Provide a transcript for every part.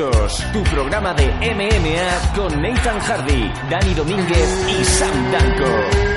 Adictos, tu programa de MMA con Nathan Hardy, Dani Domínguez y Sam Danko.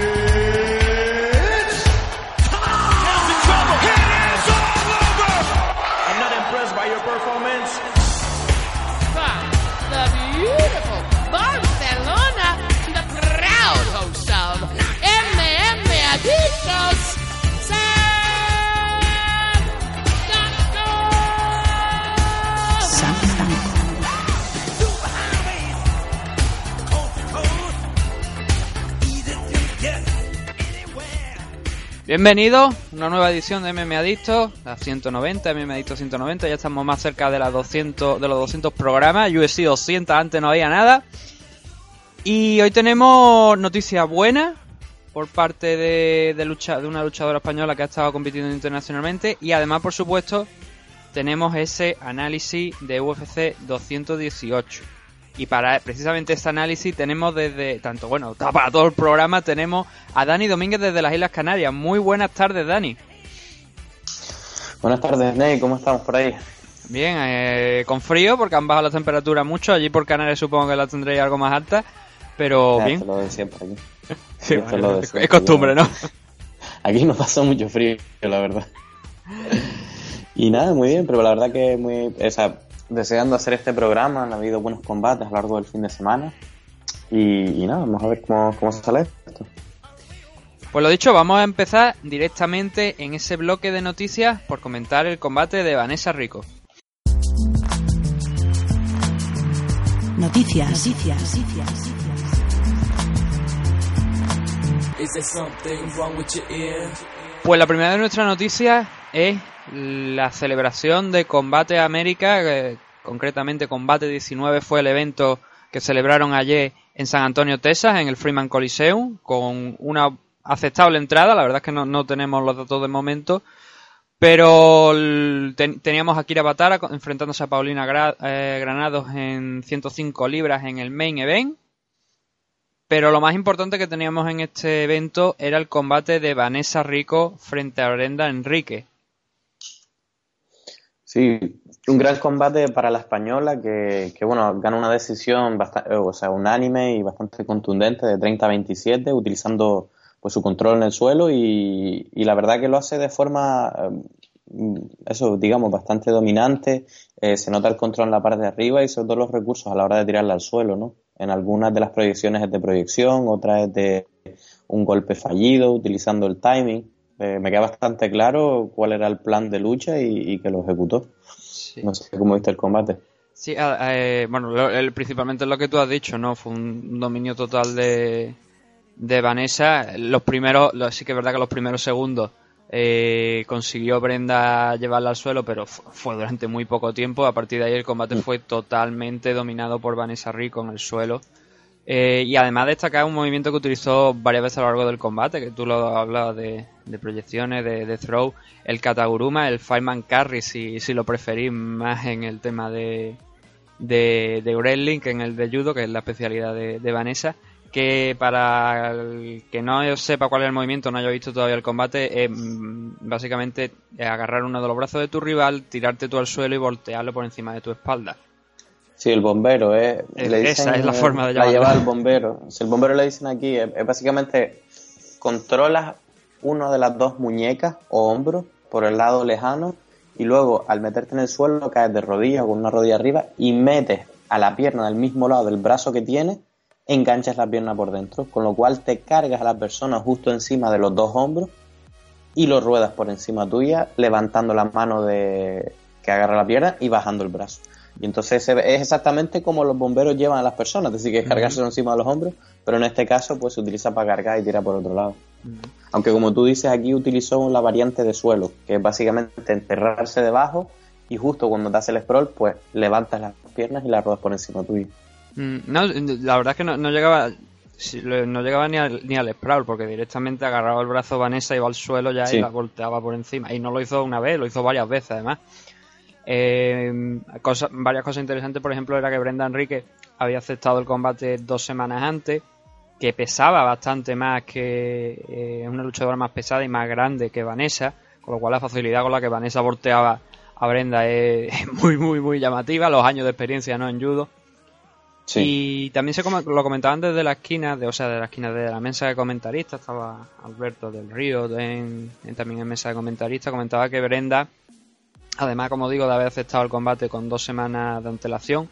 Bienvenidos a una nueva edición de MMA Adictos, la 190, MMA Adictos 190, ya estamos más cerca de, de los 200 programas, UFC 200, antes no había nada. Y hoy tenemos noticias buenas por parte de una luchadora española que ha estado compitiendo internacionalmente, y además, por supuesto, tenemos ese análisis de UFC 218. Y para precisamente este análisis tenemos para todo el programa tenemos a Dani Domínguez desde las Islas Canarias. Muy buenas tardes, Dani. Buenas tardes, Ney. ¿Cómo estamos por ahí? Bien, con frío porque han bajado las temperaturas mucho. Allí por Canarias supongo que las tendréis algo más altas, pero bien. Esto es lo de siempre aquí. Sí, bueno, es costumbre, ¿no? Aquí nos pasa mucho frío, la verdad. Y nada, muy bien, pero la verdad que deseando hacer este programa. Han habido buenos combates a lo largo del fin de semana y nada, vamos a ver cómo sale esto. Pues lo dicho, vamos a empezar directamente en ese bloque de noticias por comentar el combate de Vanessa Rico. Noticias. Pues la primera de nuestras noticias es la celebración de Combate América, concretamente Combate 19 fue el evento que celebraron ayer en San Antonio, Texas, en el Freeman Coliseum, con una aceptable entrada. La verdad es que no tenemos los datos de momento, pero teníamos a Kira Batara enfrentándose a Paulina Granados en 105 libras en el main event. Pero lo más importante que teníamos en este evento era el combate de Vanessa Rico frente a Brenda Enrique. Sí, un gran combate para la española que gana una decisión unánime y bastante contundente de 30-27, utilizando pues su control en el suelo y la verdad que lo hace de forma bastante dominante. Se nota el control en la parte de arriba y sobre todo los recursos a la hora de tirarla al suelo, ¿no? En algunas de las proyecciones es de proyección, otras es de un golpe fallido, utilizando el timing. Me queda bastante claro cuál era el plan de lucha y que lo ejecutó. Sí. No sé cómo viste el combate. Sí, principalmente lo que tú has dicho, ¿no? Fue un dominio total de Vanessa. Sí que es verdad que los primeros segundos consiguió Brenda llevarla al suelo, pero fue durante muy poco tiempo. A partir de ahí el combate fue totalmente dominado por Vanessa Rico en el suelo. Y además destacar un movimiento que utilizó varias veces a lo largo del combate, que tú lo hablabas de proyecciones, de throw, el Kataguruma, el Fireman Carry, si lo preferís más en el tema de wrestling que en el de judo, que es la especialidad de Vanessa, que para el que no sepa cuál es el movimiento, no haya visto todavía el combate, es básicamente agarrar uno de los brazos de tu rival, tirarte tú al suelo y voltearlo por encima de tu espalda. Sí, el bombero, esa es la forma de llamarlo. La lleva el bombero. Si el bombero le dicen aquí, es básicamente controlas una de las dos muñecas o hombros por el lado lejano y luego al meterte en el suelo caes de rodillas con una rodilla arriba y metes a la pierna del mismo lado del brazo que tienes, enganchas la pierna por dentro, con lo cual te cargas a la persona justo encima de los dos hombros y lo ruedas por encima tuya, levantando la mano que agarra la pierna y bajando el brazo. Y entonces es exactamente como los bomberos llevan a las personas, es decir, que es cargárselo encima de los hombros, pero en este caso pues se utiliza para cargar y tirar por otro lado. Aunque como tú dices, aquí utilizó la variante de suelo, que es básicamente enterrarse debajo y justo cuando te hace el sprawl, pues levantas las piernas y las ruedas por encima tuyo. No, la verdad es que no llegaba ni al sprawl, porque directamente agarraba el brazo Vanessa, iba al suelo ya y la volteaba por encima. Y no lo hizo una vez, lo hizo varias veces además. Varias cosas interesantes, por ejemplo, era que Brenda Enrique había aceptado el combate 2 semanas antes, que pesaba bastante más, que una luchadora más pesada y más grande que Vanessa, con lo cual la facilidad con la que Vanessa volteaba a Brenda es muy, muy, muy llamativa, los años de experiencia, ¿no?, en judo. Sí. Y también lo comentaban desde la esquina, de la mesa de comentaristas, estaba Alberto del Río también en mesa de comentaristas, comentaba que Brenda, además, como digo, de haber aceptado el combate con 2 semanas de antelación,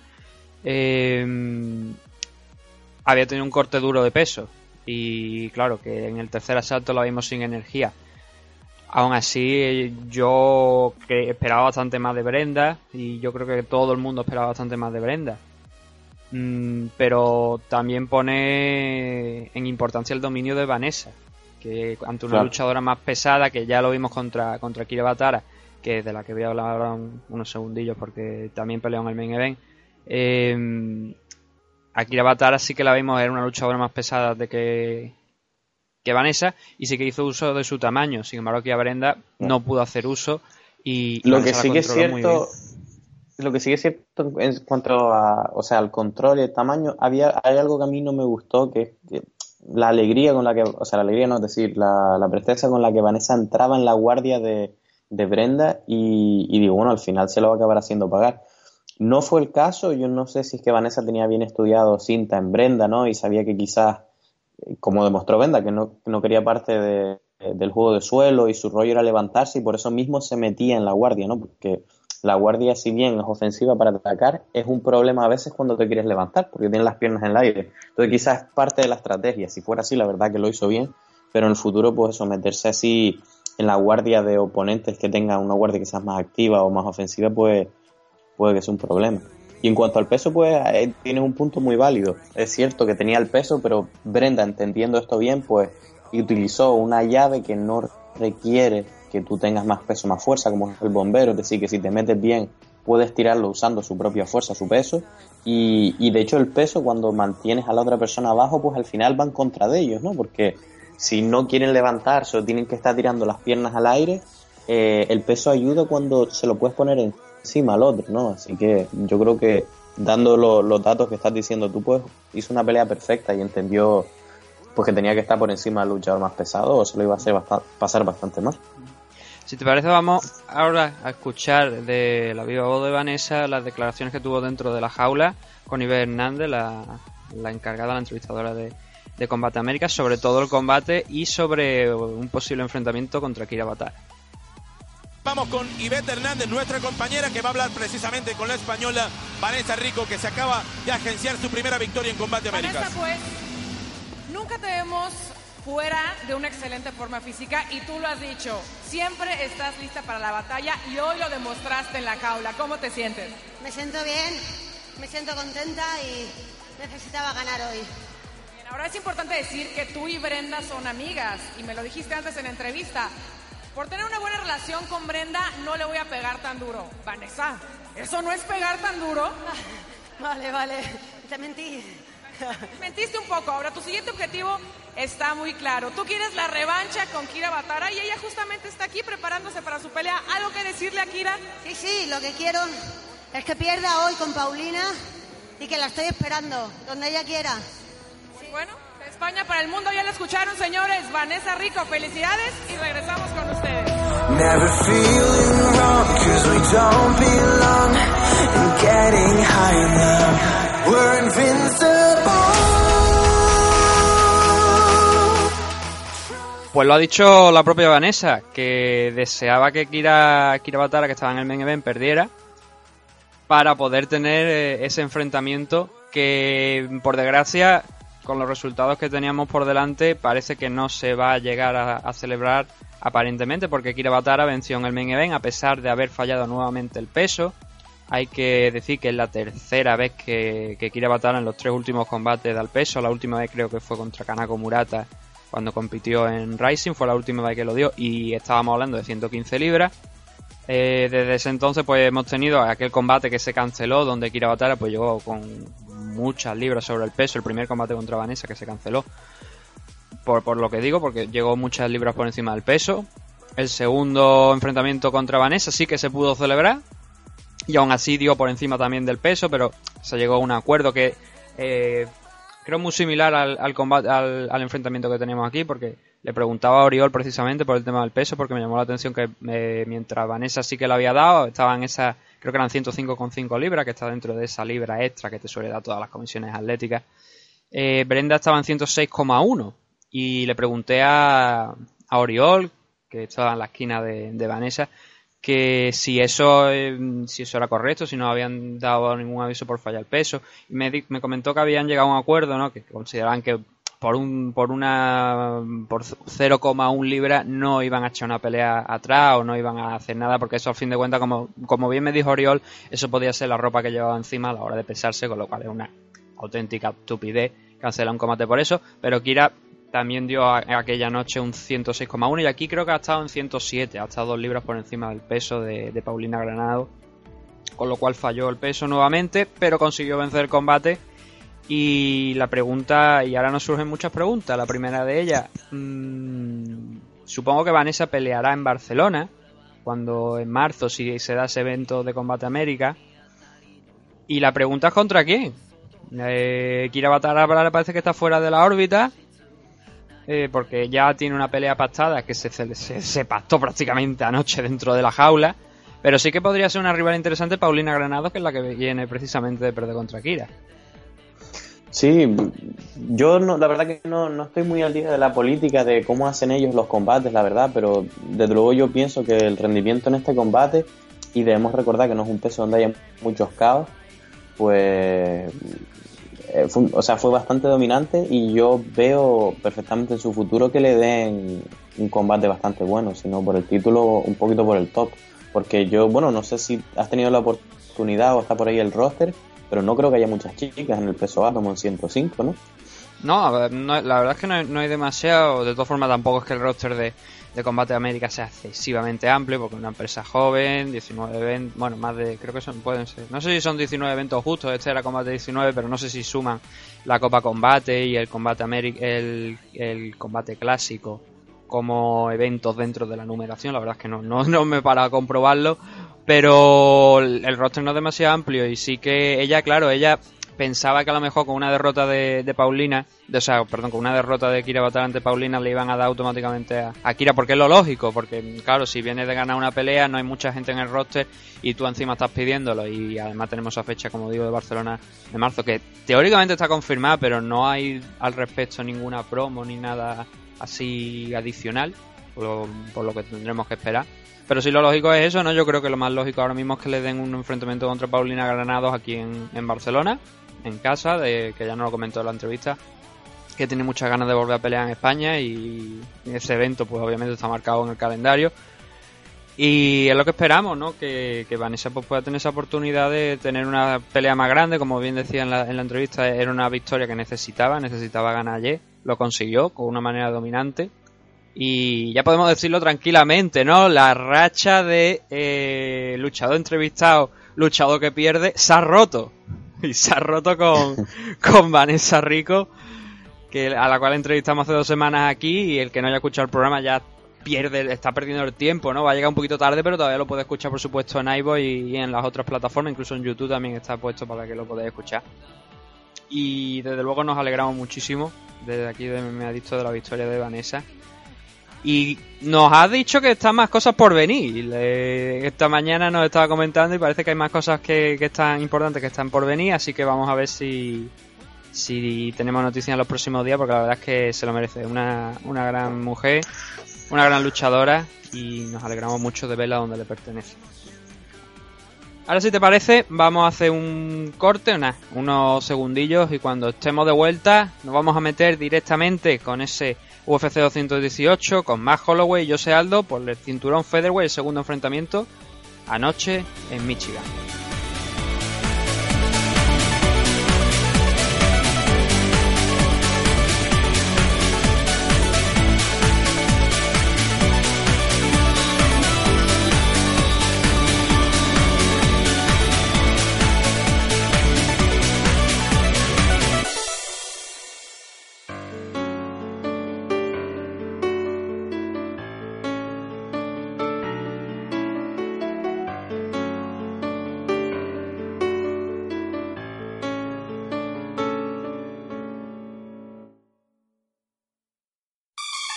había tenido un corte duro de peso, y claro, que en el tercer asalto la vimos sin energía. Aún así, yo esperaba bastante más de Brenda, y yo creo que todo el mundo esperaba bastante más de Brenda. Pero también pone en importancia el dominio de Vanessa, que ante una luchadora más pesada, que ya lo vimos contra Kira Batara, que de la que voy a hablar ahora unos segundillos porque también peleó en el main event. A Kira Batara sí que la vimos, era una luchadora más pesada que Vanessa, y sí que hizo uso de su tamaño. Sin embargo, aquí a Brenda no pudo hacer uso, y lo que sí que es cierto. Lo que sí es cierto en cuanto al control y el tamaño, hay algo que a mí no me gustó, que la alegría con la que, la alegría no, es decir, la presteza con la que Vanessa entraba en la guardia de Brenda, y digo, bueno, al final se lo va a acabar haciendo pagar. No fue el caso, yo no sé si es que Vanessa tenía bien estudiado cinta en Brenda, ¿no? Y sabía que quizás, como demostró Brenda, que no quería parte del juego de suelo, y su rollo era levantarse, y por eso mismo se metía en la guardia, ¿no? Porque la guardia, si bien es ofensiva para atacar, es un problema a veces cuando te quieres levantar, porque tienes las piernas en el aire. Entonces quizás es parte de la estrategia. Si fuera así, la verdad que lo hizo bien, pero en el futuro, pues eso, meterse así en la guardia de oponentes que tengan una guardia quizás más activa o más ofensiva, pues puede que sea un problema. Y en cuanto al peso, pues tienes un punto muy válido. Es cierto que tenía el peso, pero Brenda, entendiendo esto bien, pues utilizó una llave que no requiere que tú tengas más peso, más fuerza, como es el bombero, es decir, que si te metes bien puedes tirarlo usando su propia fuerza, su peso, y de hecho el peso, cuando mantienes a la otra persona abajo, pues al final van contra de ellos, ¿no? Porque si no quieren levantarse o tienen que estar tirando las piernas al aire, el peso ayuda cuando se lo puedes poner encima al otro, ¿no? Así que yo creo que, dando los datos que estás diciendo tú, pues hizo una pelea perfecta y entendió pues que tenía que estar por encima del luchador más pesado, o se lo iba a hacer pasar bastante mal. Si te parece, vamos ahora a escuchar de la viva voz de Vanessa las declaraciones que tuvo dentro de la jaula con Iber Hernández, la encargada, la entrevistadora de Combate América, sobre todo el combate y sobre un posible enfrentamiento contra Kira Batara. Vamos con Ivette Hernández, nuestra compañera, que va a hablar precisamente con la española Vanessa Rico, que se acaba de agenciar su primera victoria en Combate América. Vanessa, pues, nunca te vemos fuera de una excelente forma física, y tú lo has dicho, siempre estás lista para la batalla, y hoy lo demostraste en la jaula. ¿Cómo te sientes? Me siento bien, me siento contenta y necesitaba ganar hoy. Bien, ahora es importante decir que tú y Brenda son amigas, y me lo dijiste antes en la entrevista. Por tener una buena relación con Brenda, no le voy a pegar tan duro. Vanessa, ¿eso no es pegar tan duro? Vale, te mentí. Mentiste un poco. Ahora, tu siguiente objetivo está muy claro. Tú quieres la revancha con Kira Batara, y ella justamente está aquí preparándose para su pelea. ¿Algo que decirle a Kira? Sí, lo que quiero es que pierda hoy con Paulina, y que la estoy esperando donde ella quiera. Sí. Bueno, de España para el mundo, ya la escucharon, señores. Vanessa Rico, felicidades, y regresamos con ustedes. Never feeling wrong, 'cause we don't belong, and getting high enough, we're invincible. Pues lo ha dicho la propia Vanessa, que deseaba que Kira Batara, que estaba en el main event, perdiera para poder tener ese enfrentamiento que, por desgracia, con los resultados que teníamos por delante, parece que no se va a llegar a celebrar aparentemente, porque Kira Batara venció en el main event a pesar de haber fallado nuevamente el peso. Hay que decir que es la tercera vez que Kira Batara, en los 3 últimos combates, da el peso. La última vez creo que fue contra Kanako Murata, cuando compitió en Rising, fue la última vez que lo dio, y estábamos hablando de 115 libras. Desde ese entonces pues hemos tenido aquel combate que se canceló, donde Kira Batara pues llegó con muchas libras sobre el peso, el primer combate contra Vanessa, que se canceló por lo que digo, porque llegó muchas libras por encima del peso. El segundo enfrentamiento contra Vanessa sí que se pudo celebrar, y aún así dio por encima también del peso, pero se llegó a un acuerdo que creo muy similar al combate, al enfrentamiento que tenemos aquí, porque Le preguntaba a Oriol precisamente por el tema del peso, porque me llamó la atención que mientras Vanessa sí que lo había dado, estaba en esa, creo que eran 105,5 libras, que está dentro de esa libra extra que te suele dar todas las comisiones atléticas. Brenda estaba en 106,1 y le pregunté a Oriol, que estaba en la esquina de Vanessa, que si eso era correcto, si no habían dado ningún aviso por fallar el peso. Y me comentó que habían llegado a un acuerdo, ¿no? Que consideraban que por 0,1 libra no iban a echar una pelea atrás o no iban a hacer nada, porque eso, al fin de cuentas, como bien me dijo Oriol, eso podía ser la ropa que llevaba encima a la hora de pesarse, con lo cual es una auténtica estupidez cancelar un combate por eso. Pero Kira también dio aquella noche un 106,1 y aquí creo que ha estado en 107, ha estado 2 libras por encima del peso de Paulina Granado, con lo cual falló el peso nuevamente, pero consiguió vencer el combate. Y la pregunta, y ahora nos surgen muchas preguntas, la primera de ellas, supongo que Vanessa peleará en Barcelona, cuando en marzo, si se da ese evento de Combate América, y la pregunta es ¿contra quién? Kira Batalha parece que está fuera de la órbita, porque ya tiene una pelea pactada que se pactó prácticamente anoche dentro de la jaula, pero sí que podría ser una rival interesante Paulina Granado, que es la que viene precisamente de perder contra Kira. Sí, yo la verdad que no estoy muy al día de la política de cómo hacen ellos los combates, la verdad, pero desde luego yo pienso que el rendimiento en este combate, y debemos recordar que no es un peso donde haya muchos caos, pues fue bastante dominante, y yo veo perfectamente en su futuro que le den un combate bastante bueno, si no por el título, un poquito por el top, porque yo, no sé si has tenido la oportunidad o está por ahí el roster, pero no creo que haya muchas chicas en el peso átomo en 105, ¿no? No, la verdad es que no hay demasiado. De todas formas, tampoco es que el roster de Combate América sea excesivamente amplio, porque es una empresa joven, 19 eventos, más de, creo que pueden ser, no sé si son 19 eventos justos, este era Combate 19, pero no sé si suman la Copa Combate y el Combate América, el Combate Clásico como eventos dentro de la numeración. La verdad es que no me he parado a comprobarlo, pero el roster no es demasiado amplio, y sí que ella pensaba que a lo mejor con una derrota con una derrota de Kira Batalha ante Paulina le iban a dar automáticamente a Kira, porque es lo lógico, porque claro, si vienes de ganar una pelea, no hay mucha gente en el roster y tú encima estás pidiéndolo, y además tenemos esa fecha, como digo, de Barcelona de marzo, que teóricamente está confirmada, pero no hay al respecto ninguna promo ni nada así adicional, por lo que tendremos que esperar. Pero sí, lo lógico es eso, ¿no? Yo creo que lo más lógico ahora mismo es que le den un enfrentamiento contra Paulina Granados aquí en Barcelona, en casa, que ya nos lo comentó en la entrevista, que tiene muchas ganas de volver a pelear en España, y ese evento pues obviamente está marcado en el calendario. Y es lo que esperamos, ¿no? Que Vanessa pues pueda tener esa oportunidad de tener una pelea más grande, como bien decía en la entrevista, era una victoria que necesitaba ganar ayer, lo consiguió con una manera dominante. Y ya podemos decirlo tranquilamente, ¿no? La racha de luchador entrevistado, luchador que pierde, se ha roto. Y se ha roto con Vanessa Rico, a la cual entrevistamos hace 2 semanas aquí, y el que no haya escuchado el programa ya está perdiendo el tiempo, ¿no? Va a llegar un poquito tarde, pero todavía lo puede escuchar, por supuesto, en iVoox y en las otras plataformas, incluso en YouTube también está puesto para que lo podáis escuchar. Y desde luego nos alegramos muchísimo desde aquí me ha dicho de la victoria de Vanessa. Y nos ha dicho que están más cosas por venir. Esta mañana nos estaba comentando y parece que hay más cosas que están importantes, que están por venir. Así que vamos a ver si tenemos noticias en los próximos días, porque la verdad es que se lo merece. Una gran mujer, una gran luchadora, y nos alegramos mucho de verla donde le pertenece. Ahora, si te parece, vamos a hacer un corte, unos segundillos, y cuando estemos de vuelta nos vamos a meter directamente con ese UFC 218 con Max Holloway y Jose Aldo por el cinturón featherweight, el segundo enfrentamiento anoche en Michigan.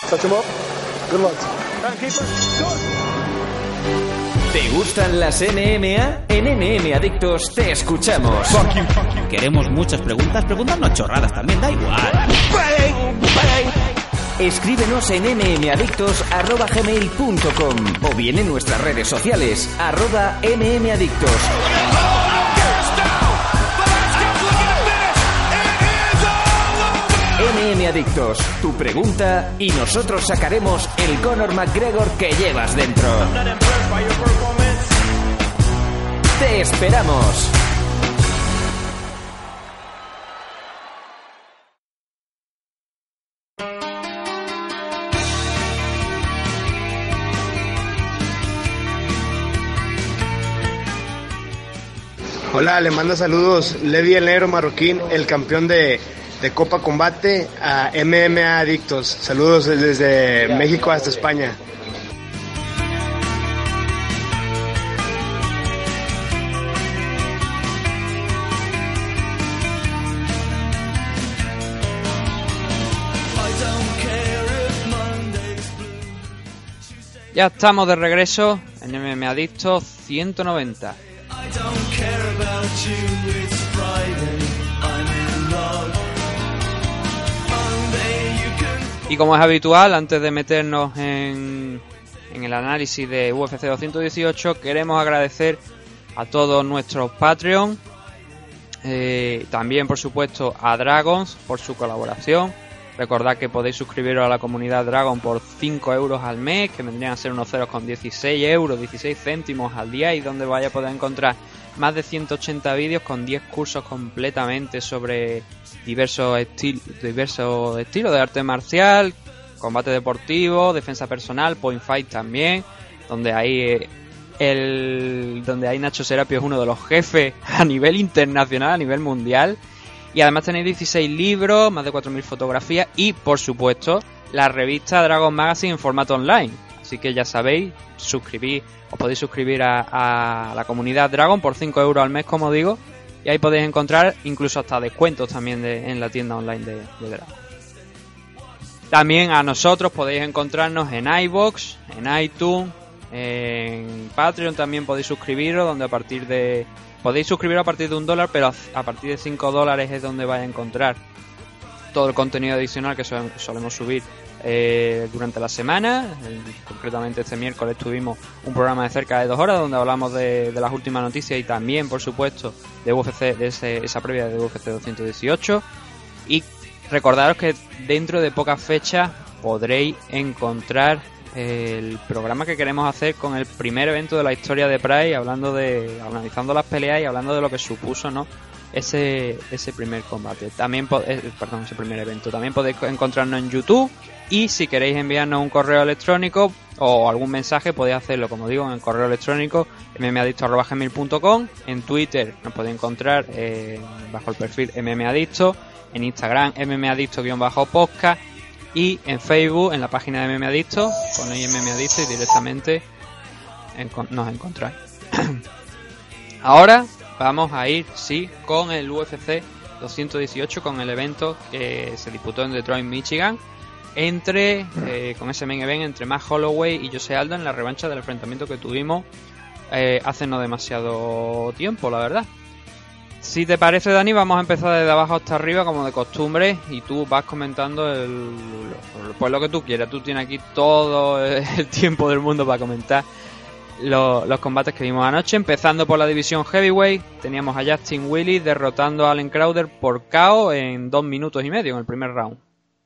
¿Te gustan las MMA? En MMA Adictos te escuchamos. Queremos muchas preguntas, pregúntanos chorradas también, da igual. Escríbenos en mmadictos@gmail.com o bien en nuestras redes sociales @mmadictos. MM Adictos, tu pregunta y nosotros sacaremos el Conor McGregor que llevas dentro. ¡Te esperamos! Hola, le manda saludos Levi el Negro Marroquín, el campeón de Copa Combate, a MMA Adictos. Saludos desde México hasta España. Ya estamos de regreso en MMA Adictos 190. Y como es habitual, antes de meternos en el análisis de UFC 218, queremos agradecer a todos nuestros Patreon, también por supuesto a Dragons por su colaboración. Recordad que podéis suscribiros a la comunidad Dragon por 5 euros al mes, que vendrían a ser unos ceros con 16 euros, 16 céntimos al día, y donde vais a poder encontrar más de 180 vídeos con 10 cursos completamente sobre diversos estilos de arte marcial, combate deportivo, defensa personal, point fight también, donde hay Nacho Serapio es uno de los jefes a nivel internacional, a nivel mundial. Y además tenéis 16 libros, más de 4.000 fotografías y, por supuesto, la revista Dragon Magazine en formato online. Así que ya sabéis, os podéis suscribir a la comunidad Dragon por 5 euros al mes, como digo. Y ahí podéis encontrar incluso hasta descuentos también en la tienda online de Dragon. También a nosotros podéis encontrarnos en iVoox, en iTunes, en Patreon también podéis suscribiros, donde podéis suscribiros a partir de $1, pero a partir de $5 es donde vais a encontrar todo el contenido adicional que solemos subir durante la semana. Concretamente este miércoles tuvimos un programa de cerca de 2 horas donde hablamos de las últimas noticias y también, por supuesto, de UFC, esa previa de UFC 218. Y recordaros que dentro de pocas fechas podréis encontrar el programa que queremos hacer con el primer evento de la historia de Pride, analizando las peleas y hablando de lo que supuso, ¿no?, ese primer combate. También ese primer evento. También podéis encontrarnos en YouTube, y si queréis enviarnos un correo electrónico o algún mensaje podéis hacerlo, como digo, en el correo electrónico mmadicto@gmail.com. En Twitter nos podéis encontrar bajo el perfil mmadicto, en Instagram mmadicto_podcast, y en Facebook, en la página de MMA Adicto, ponéis MMA Adicto y directamente nos encontráis. Ahora vamos a ir, sí, con el UFC 218, con el evento que se disputó en Detroit, Michigan, con ese main event entre Max Holloway y Jose Aldo, en la revancha del enfrentamiento que tuvimos hace no demasiado tiempo, la verdad. Si te parece, Dani, vamos a empezar desde abajo hasta arriba, como de costumbre, y tú vas comentando pues lo que tú quieras. Tú tienes aquí todo el tiempo del mundo para comentar los combates que vimos anoche. Empezando por la división Heavyweight, teníamos a Justin Willis derrotando a Allen Crowder por KO en 2 minutos y medio en el primer round.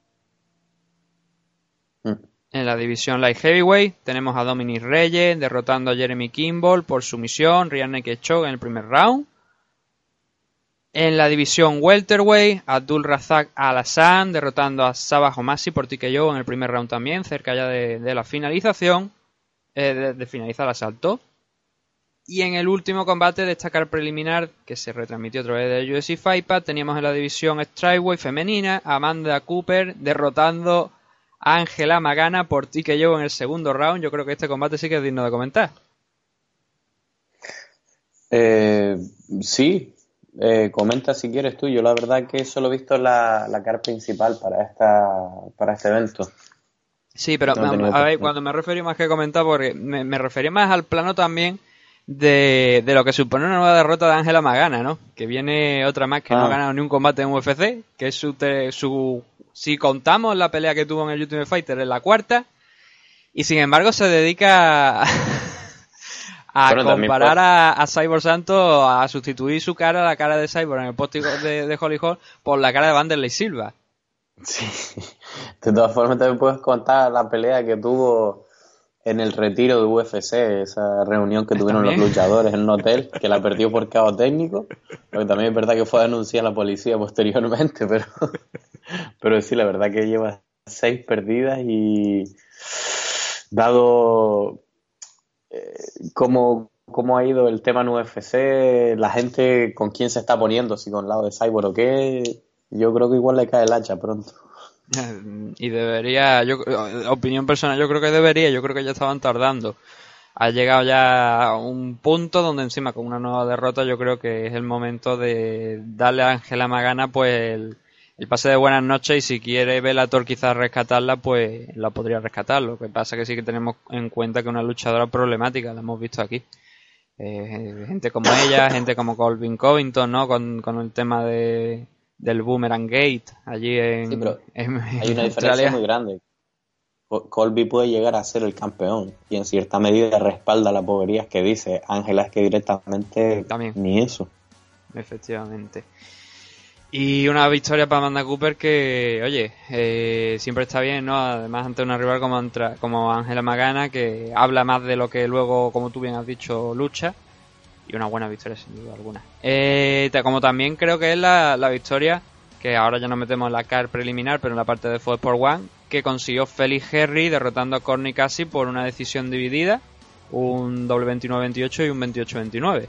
En la división Light Heavyweight tenemos a Dominic Reyes derrotando a Jeremy Kimball por sumisión, Rear Naked Choke en el primer round. En la división Welterweight, Abdul Razak Al-Hassan derrotando a Sabah Homasi por TKO en el primer round también, cerca ya de la finalización, de finalizar el asalto. Y en el último combate destacar preliminar, que se retransmitió a través de UFC Fight Pass, teníamos en la división Strawweight femenina a Amanda Cooper derrotando a Angela Magana por TKO en el segundo round. Yo creo que este combate sí que es digno de comentar. Sí. Comenta si quieres tú. Yo la verdad que solo he visto la cara principal para este evento. Sí, pero a ver, cuando me refería más que comentar, porque me refería más al plano también de lo que supone una nueva derrota de Ángela Magana, ¿no? Que viene otra más que no ha ganado ni un combate en UFC, que es su si contamos la pelea que tuvo en el Ultimate Fighter, es la cuarta, y sin embargo se dedica a comparar a Cyborg Santos, a sustituir su cara, la cara de Cyborg en el póstigo de Holly Holm, por la cara de Wanderlei Silva. Sí, de todas formas también puedes contar la pelea que tuvo en el retiro de UFC, esa reunión que tuvieron los luchadores en un hotel, que la perdió por KO técnico, porque también es verdad que fue a denunciar a la policía posteriormente, pero sí, la verdad que lleva 6 perdidas y dado cómo ha ido el tema en UFC, la gente con quién se está poniendo, si con el lado de Cyborg o qué, yo creo que igual le cae el hacha pronto. Y debería, opinión personal, yo creo que ya estaban tardando. Ha llegado ya a un punto donde encima con una nueva derrota yo creo que es el momento de darle a Ángela Magana pues el pase de buenas noches, y si quiere Bellator quizás rescatarla, pues la podría rescatar. Lo que pasa que sí que tenemos en cuenta que es una luchadora problemática, la hemos visto aquí. Gente como ella, gente como Colby Covington, ¿no? Con el tema del Boomerang Gate allí en, sí, pero en hay una Australia. diferencia muy grande. Colby puede llegar a ser el campeón y en cierta medida respalda las boberías que dice. Ángela es que directamente también ni eso. Efectivamente. Y una victoria para Amanda Cooper que, oye, siempre está bien, ¿no? Además ante una rival como Ángela Magana, que habla más de lo que luego, como tú bien has dicho, lucha. Y una buena victoria sin duda alguna. Como también creo que es la victoria, que ahora ya nos metemos en la card preliminar, pero en la parte de Fox Sport One, que consiguió Felix Herry derrotando a Courtney Cassie por una decisión dividida, un doble 29-28 y un 28-29.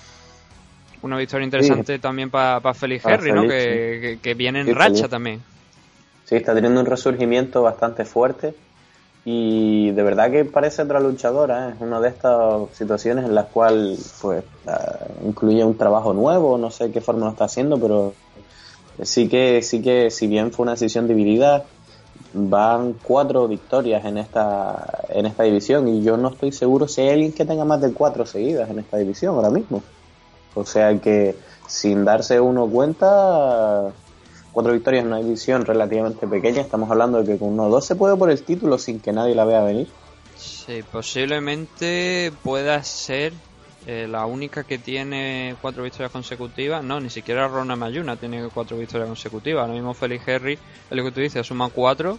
Una victoria interesante también para Felix Herry, ¿no? Felix, que viene en racha Felix también. Sí, está teniendo un resurgimiento bastante fuerte y de verdad que parece otra luchadora, ¿eh? Es una de estas situaciones en las cuales pues incluye un trabajo nuevo, no sé qué forma lo está haciendo, pero sí que si bien fue una decisión dividida, van 4 victorias en esta división y yo no estoy seguro si hay alguien que tenga más de 4 seguidas en esta división ahora mismo. O sea que sin darse uno cuenta, 4 victorias en una división relativamente pequeña, estamos hablando de que con 1-2 se puede por el título sin que nadie la vea venir. Sí, posiblemente pueda ser la única que tiene 4 victorias consecutivas. No, ni siquiera Rona Mayuna tiene 4 victorias consecutivas. Ahora mismo Felix Herry, es lo que tú dices, suma 4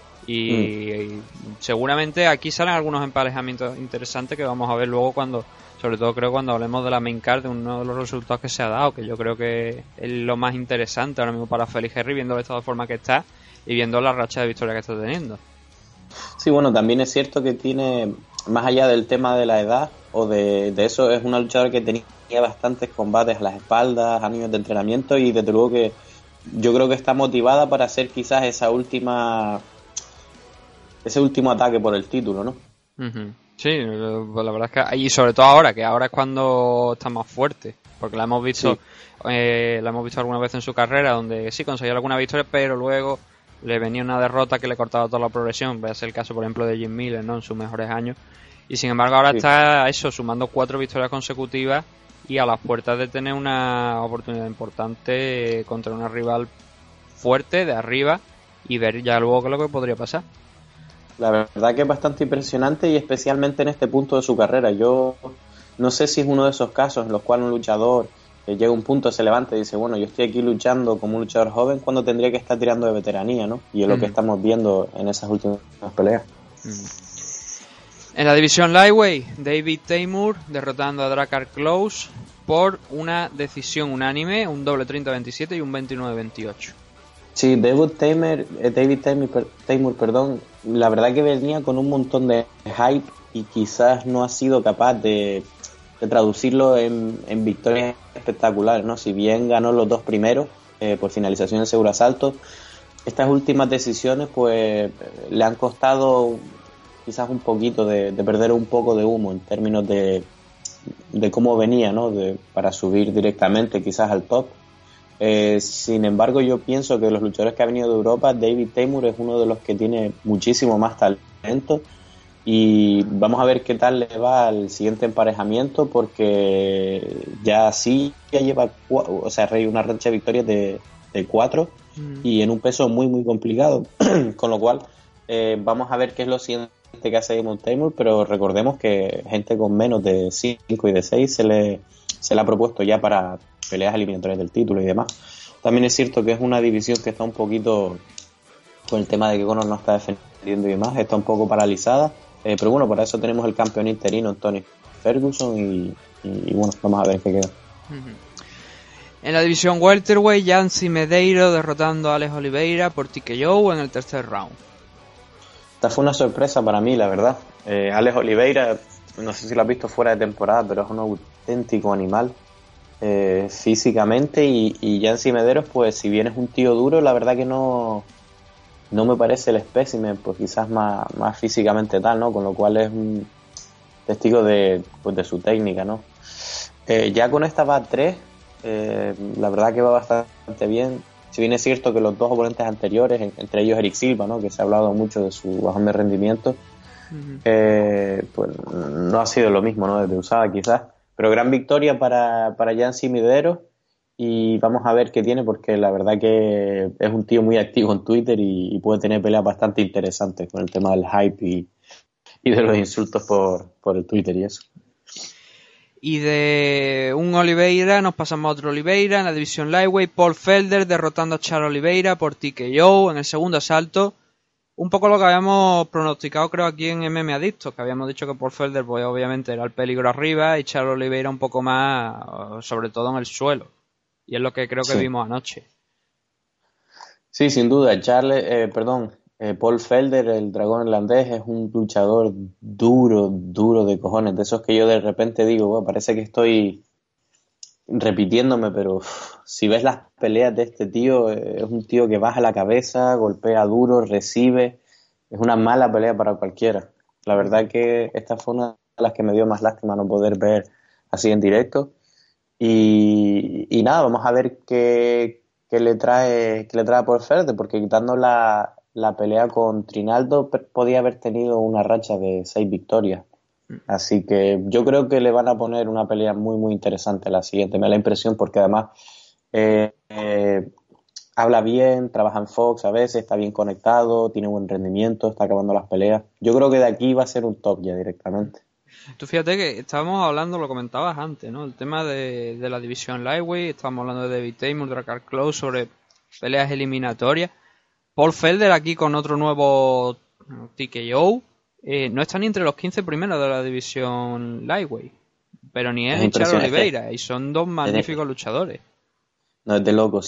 y seguramente aquí salen algunos emparejamientos interesantes que vamos a ver luego sobre todo creo cuando hablemos de la main card, de uno de los resultados que se ha dado, que yo creo que es lo más interesante ahora mismo para Felix Herry, viendo de esta forma que está y viendo la racha de victoria que está teniendo. Sí, bueno, también es cierto que tiene, más allá del tema de la edad o de eso, es una luchadora que tenía bastantes combates a las espaldas, años de entrenamiento y desde luego que yo creo que está motivada para hacer quizás ese último ataque por el título, ¿no? Uh-huh. Sí, pues la verdad es que, y sobre todo ahora es cuando está más fuerte, porque la hemos visto alguna vez en su carrera donde sí conseguía alguna victoria, pero luego le venía una derrota que le cortaba toda la progresión. Voy a ser el caso por ejemplo de Jim Miller, ¿no? En sus mejores años, y sin embargo ahora está sumando 4 victorias consecutivas y a las puertas de tener una oportunidad importante contra una rival fuerte de arriba y ver ya luego qué es lo que podría pasar. La verdad que es bastante impresionante y especialmente en este punto de su carrera. Yo no sé si es uno de esos casos en los cuales un luchador llega a un punto, se levanta y dice, bueno, yo estoy aquí luchando como un luchador joven cuando tendría que estar tirando de veteranía, ¿no? Y es lo que estamos viendo en esas últimas peleas. En la división Lightweight, David Teymur derrotando a Drakkar Klose por una decisión unánime, un doble 30-27 y un 29-28. Sí, David Teymur, la verdad que venía con un montón de hype y quizás no ha sido capaz de traducirlo en victorias espectaculares, ¿no? Si bien ganó los 2 primeros por finalización de seguro asalto, estas últimas decisiones pues le han costado quizás un poquito de perder un poco de humo en términos de cómo venía, ¿no? Para subir directamente quizás al top. Sin embargo, yo pienso que de los luchadores que ha venido de Europa, David Taymor es uno de los que tiene muchísimo más talento. Y vamos a ver qué tal le va al siguiente emparejamiento, porque ya lleva una racha de victorias de 4 y en un peso muy muy complicado, con lo cual vamos a ver qué es lo siguiente que hace Damon Taymor, pero recordemos que gente con menos de 5 y de 6 se le ha propuesto ya para peleas eliminatorias del título y demás. También es cierto que es una división que está un poquito, con el tema de que Conor no está defendiendo y demás, está un poco paralizada. Pero bueno, para eso tenemos el campeón interino, Tony Ferguson, y bueno, vamos a ver qué queda. En la división welterweight, Yancy Medeiros derrotando a Alex Oliveira por TKO en el tercer round. Esta fue una sorpresa para mí, la verdad. Alex Oliveira, no sé si lo has visto fuera de temporada, pero es un auténtico animal físicamente, y Yancy Medeiros, pues si bien es un tío duro, la verdad que no me parece el espécimen, pues quizás más físicamente tal, ¿no? Con lo cual es un testigo de su técnica, ¿no? Ya con esta va 3, la verdad que va bastante bien. Si bien es cierto que los dos oponentes anteriores, entre ellos Eric Silva, ¿no? Que se ha hablado mucho de su bajón de rendimiento, pues no ha sido lo mismo, ¿no? Desde USADA quizás, pero gran victoria para Yancy Medeiros. Y vamos a ver qué tiene, porque la verdad que es un tío muy activo en Twitter y puede tener peleas bastante interesantes con el tema del hype y de los insultos por el Twitter y eso. Y de un Oliveira nos pasamos a otro Oliveira en la división lightweight. Paul Felder derrotando a Charles Oliveira por TKO en el segundo asalto. Un poco lo que habíamos pronosticado, creo, aquí en MMA Adictos, que habíamos dicho que Paul Felder, pues obviamente era el peligro arriba, y Charles Oliveira un poco más, sobre todo en el suelo. Y es lo que creo que vimos anoche. Sí, sin duda. Paul Felder, el dragón irlandés, es un luchador duro de cojones. De esos que yo de repente digo, bueno, parece que estoy repitiéndome, pero si ves las peleas de este tío, es un tío que baja la cabeza, golpea duro, recibe. Es una mala pelea para cualquiera. La verdad que esta fue una de las que me dio más lástima no poder ver así en directo. Y nada, vamos a ver qué le trae Paul Felder, porque quitando la pelea con Trinaldo podía haber tenido una racha de 6 victorias. Así que yo creo que le van a poner una pelea muy muy interesante la siguiente, me da la impresión, porque además habla bien, trabaja en Fox a veces, está bien conectado, tiene buen rendimiento, está acabando las peleas. Yo creo que de aquí va a ser un top ya directamente. Tú fíjate que estábamos hablando, lo comentabas antes, ¿no? El tema de la división lightweight, estábamos hablando de David Taymor, Drakkar Klose, sobre peleas eliminatorias. Paul Felder aquí con otro nuevo TKO. No está ni entre los 15 primeros de la división lightweight, pero ni él ni Charles Oliveira, y son dos magníficos luchadores. No, es de loco.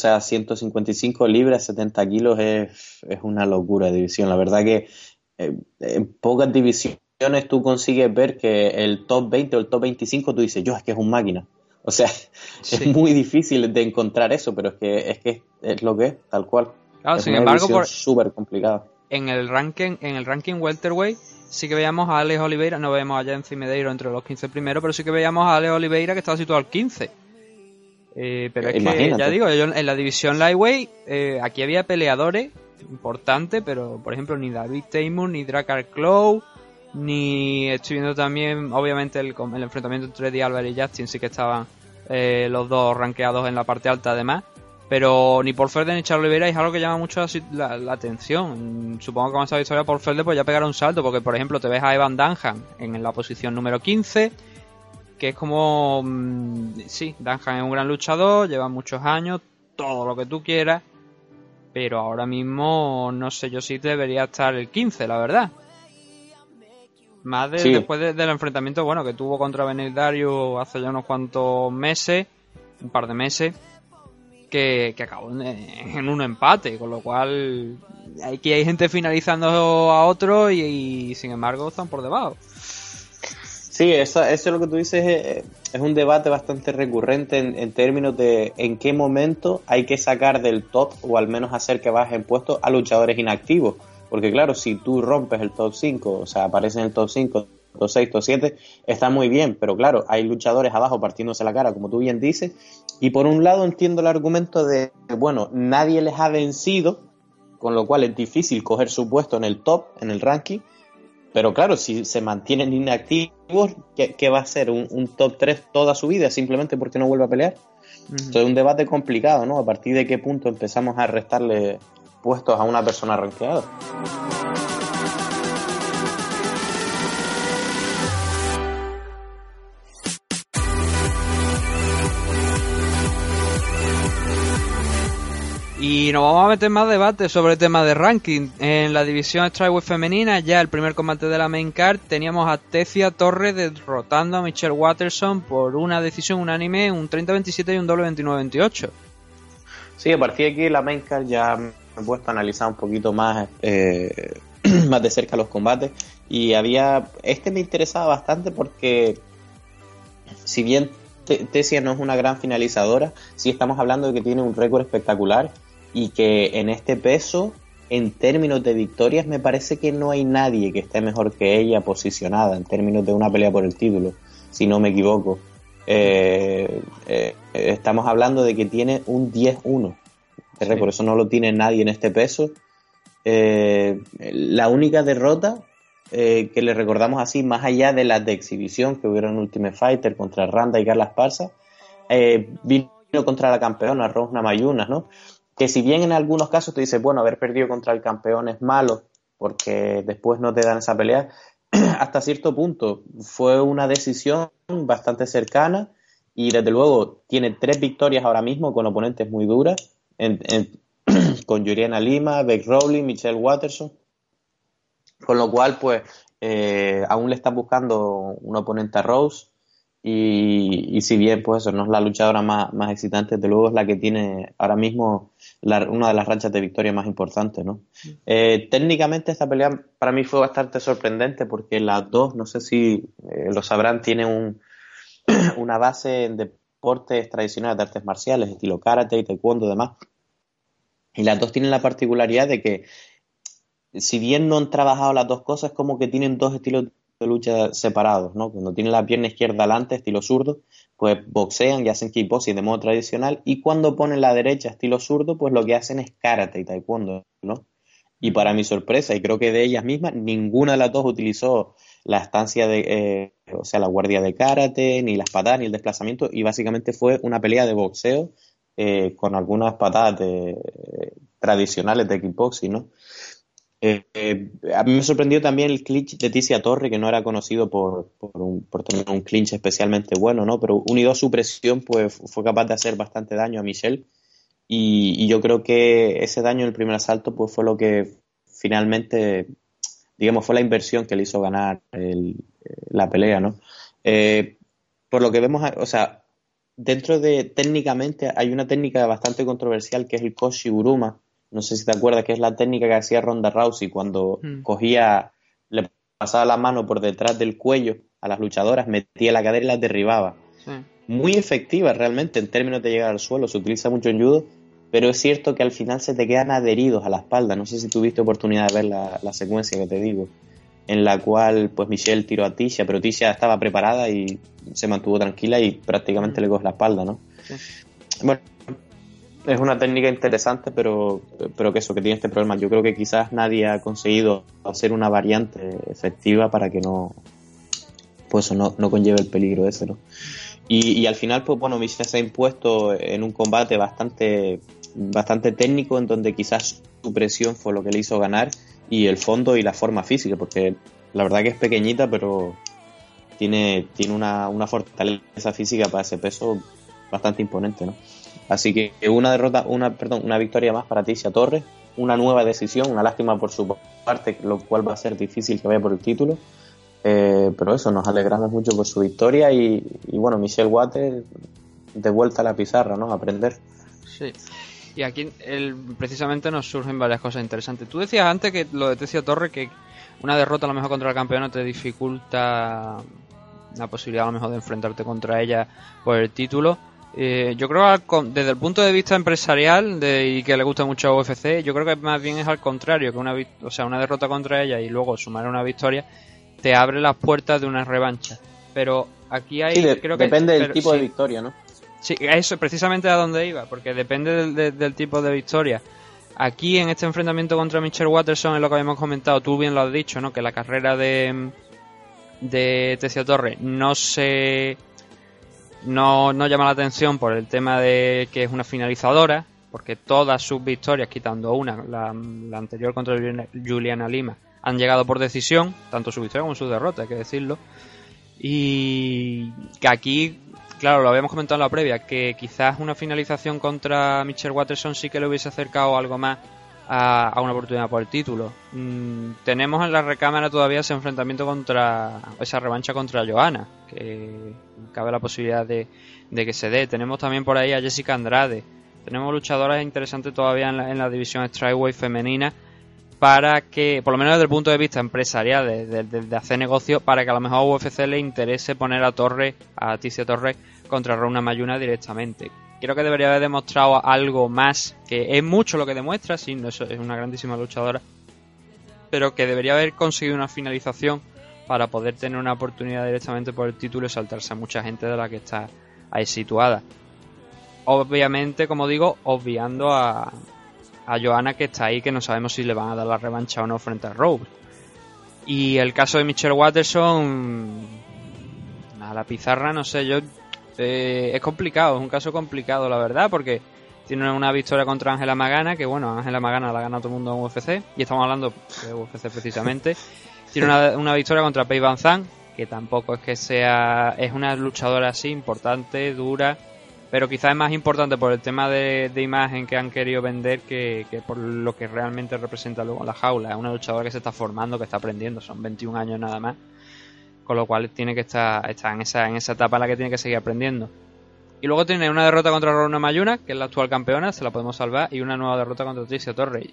155 libras, 70 kilos es una locura de división. La verdad que en pocas divisiones tú consigues ver que el top 20 o el top 25 tú dices, es que es un máquina. O sea, es muy difícil de encontrar eso, pero es que es lo que es, tal cual. Claro, es sin embargo, súper complicado. En el ranking welterweight sí que veíamos a Alex Oliveira, no veíamos a Yancy Medeiros entre los 15 primeros, pero sí que veíamos a Alex Oliveira que estaba situado al 15. Pero es Imagínate. Que, ya digo, yo en la división lightweight aquí había peleadores importantes, pero por ejemplo ni David Taymor, ni Drakkar Klose, ni estoy viendo también, obviamente, el enfrentamiento entre Eddie Álvarez y Justin, sí que estaban los dos rankeados en la parte alta además, pero ni Paul Felder ni Charles Oliveira es algo que llama mucho la atención. Supongo que con esta victoria Paul Felder pues ya pegará un salto, porque por ejemplo te ves a Evan Dunham en la posición número 15, que es como sí, Dunham es un gran luchador, lleva muchos años, todo lo que tú quieras, pero ahora mismo no sé yo si debería estar el 15, la verdad. Más después del enfrentamiento bueno que tuvo contra Beneil Dariush hace ya unos cuantos meses, un par de meses, que acabó en un empate, con lo cual aquí hay gente finalizando a otro y sin embargo están por debajo. Sí, eso es lo que tú dices, es un debate bastante recurrente en términos de en qué momento hay que sacar del top, o al menos hacer que bajen puestos a luchadores inactivos. Porque claro, si tú rompes el top 5, o sea, apareces en el top 5 top 6, top 7, está muy bien, pero claro, hay luchadores abajo partiéndose la cara, como tú bien dices, y por un lado entiendo el argumento de, bueno, nadie les ha vencido, con lo cual es difícil coger su puesto en el top, en el ranking, pero claro, si se mantienen inactivos, ¿qué va a ser? ¿Un top 3 toda su vida simplemente porque no vuelve a pelear? Esto es un debate complicado, ¿no? A partir de qué punto empezamos a restarle puestos a una persona rankeada. Y nos vamos a meter más debate sobre el tema de ranking. En la división Strawweight femenina, ya el primer combate de la main card, teníamos a Tecia Torres derrotando a Michelle Waterson por una decisión unánime, un 30-27 y un doble 29-28. Sí, a partir de aquí la main card ya me he puesto a analizar un poquito más más de cerca los combates, y me interesaba bastante porque si bien Tecia no es una gran finalizadora, sí estamos hablando de que tiene un récord espectacular y que en este peso, en términos de victorias, me parece que no hay nadie que esté mejor que ella posicionada en términos de una pelea por el título, si no me equivoco. Estamos hablando de que tiene un 10-1 de récord, eso no lo tiene nadie en este peso. La única derrota que le recordamos así, más allá de las de exhibición que hubieron en Ultimate Fighter contra Randa y Carla Esparza, vino contra la campeona Rose Namajunas, ¿no? Que si bien en algunos casos te dices, bueno, haber perdido contra el campeón es malo porque después no te dan esa pelea, hasta cierto punto fue una decisión bastante cercana, y desde luego tiene 3 victorias ahora mismo con oponentes muy duras, con Juliana Lima, Bec Rowling, Michelle Waterson, con lo cual pues aún le están buscando un oponente a Rose, y si bien pues eso no es la luchadora más excitante, desde luego es la que tiene ahora mismo una de las rachas de victoria más importantes, ¿no? Técnicamente esta pelea para mí fue bastante sorprendente porque las dos, no sé si lo sabrán, tienen una base en deportes tradicionales de artes marciales, estilo karate y taekwondo y demás, y las dos tienen la particularidad de que si bien no han trabajado las dos cosas, como que tienen dos estilos de lucha separados, ¿no? Cuando tienen la pierna izquierda adelante, estilo zurdo, pues boxean y hacen kickboxing de modo tradicional, y cuando ponen la derecha, estilo zurdo, pues lo que hacen es karate y taekwondo, ¿no? Y para mi sorpresa, y creo que de ellas mismas, ninguna de las dos utilizó la estancia la guardia de karate, ni las patadas, ni el desplazamiento, y básicamente fue una pelea de boxeo con algunas patadas tradicionales de kickboxing, ¿no? A mí me sorprendió también el clinch de Tecia Torres, que no era conocido por tener un clinch especialmente bueno, ¿no? Pero unido a su presión, pues fue capaz de hacer bastante daño a Michelle, y yo creo que ese daño en el primer asalto pues fue lo que finalmente, digamos, fue la inversión que le hizo ganar la pelea, ¿no? Por lo que vemos, o sea, dentro de técnicamente hay una técnica bastante controversial que es el Koshi Uruma. No sé si te acuerdas, que es la técnica que hacía Ronda Rousey cuando le pasaba la mano por detrás del cuello a las luchadoras, metía la cadera y las derribaba. Sí. Muy efectiva realmente en términos de llegar al suelo, se utiliza mucho en judo, pero es cierto que al final se te quedan adheridos a la espalda. No sé si tuviste oportunidad de ver la secuencia que te digo, en la cual pues Michelle tiró a Tecia, pero Tecia estaba preparada y se mantuvo tranquila y prácticamente le coge la espalda, ¿no? Sí. Bueno, es una técnica interesante, pero que tiene este problema. Yo creo que quizás nadie ha conseguido hacer una variante efectiva para que no conlleve el peligro ese, ¿no? Y al final, pues bueno, Michelle se ha impuesto en un combate bastante técnico, en donde quizás su presión fue lo que le hizo ganar, y el fondo y la forma física, porque la verdad que es pequeñita, pero tiene una fortaleza física para ese peso bastante imponente, ¿no? Así que una victoria más para Tecia Torres, una nueva decisión, una lástima por su parte, lo cual va a ser difícil que vaya por el título, pero eso, nos alegramos mucho por su victoria, y bueno, Michelle Water de vuelta a la pizarra, ¿no? A aprender. Sí. Y aquí precisamente nos surgen varias cosas interesantes. Tú decías antes que lo de Tecia Torres, que una derrota a lo mejor contra el campeón te dificulta la posibilidad a lo mejor de enfrentarte contra ella por el título. Yo creo que desde el punto de vista empresarial y que le gusta mucho a UFC, yo creo que más bien es al contrario, que una derrota contra ella y luego sumar una victoria, te abre las puertas de una revancha. Pero aquí hay... Sí, creo que, depende del tipo de victoria, ¿no? Sí, eso precisamente a donde iba, porque depende del tipo de victoria. Aquí en este enfrentamiento contra Mitchell Watterson es lo que habíamos comentado, tú bien lo has dicho, ¿no? Que la carrera de Tecia Torres no llama la atención por el tema de que es una finalizadora, porque todas sus victorias, quitando una, la anterior contra Juliana Lima, han llegado por decisión, tanto su victoria como su derrota, hay que decirlo. Y que aquí, claro, lo habíamos comentado en la previa, que quizás una finalización contra Mitchell Watterson sí que le hubiese acercado algo más a una oportunidad por el título. Tenemos en la recámara todavía ese enfrentamiento esa revancha contra Johanna, que cabe la posibilidad de que se dé. Tenemos también por ahí a Jessica Andrade. Tenemos luchadoras interesantes todavía en la división Strawweight femenina, para que, por lo menos desde el punto de vista empresarial, de hacer negocio, para que a lo mejor a UFC le interese poner a Tecia Torres contra Rona Mayuna directamente. Creo que debería haber demostrado algo más, que es mucho lo que demuestra, sí, no, es una grandísima luchadora, pero que debería haber conseguido una finalización para poder tener una oportunidad directamente por el título y saltarse a mucha gente de la que está ahí situada. Obviamente, como digo, obviando a Johanna, que está ahí, que no sabemos si le van a dar la revancha o no frente a Rose. Y el caso de Mitchell Watterson, a la pizarra, no sé, es complicado, es un caso complicado, la verdad, porque tiene una victoria contra Ángela Magana, que bueno, Ángela Magana la ha ganado todo el mundo en UFC, y estamos hablando de UFC precisamente. Tiene una victoria contra Paige Van Zandt, que tampoco es que sea, es una luchadora así importante, dura, pero quizás es más importante por el tema de imagen que han querido vender que por lo que realmente representa luego en la jaula. Es una luchadora que se está formando, que está aprendiendo, son 21 años nada más, con lo cual tiene que estar en esa etapa en la que tiene que seguir aprendiendo. Y luego tiene una derrota contra Rona Mayuna, que es la actual campeona, se la podemos salvar, y una nueva derrota contra Tecia Torres.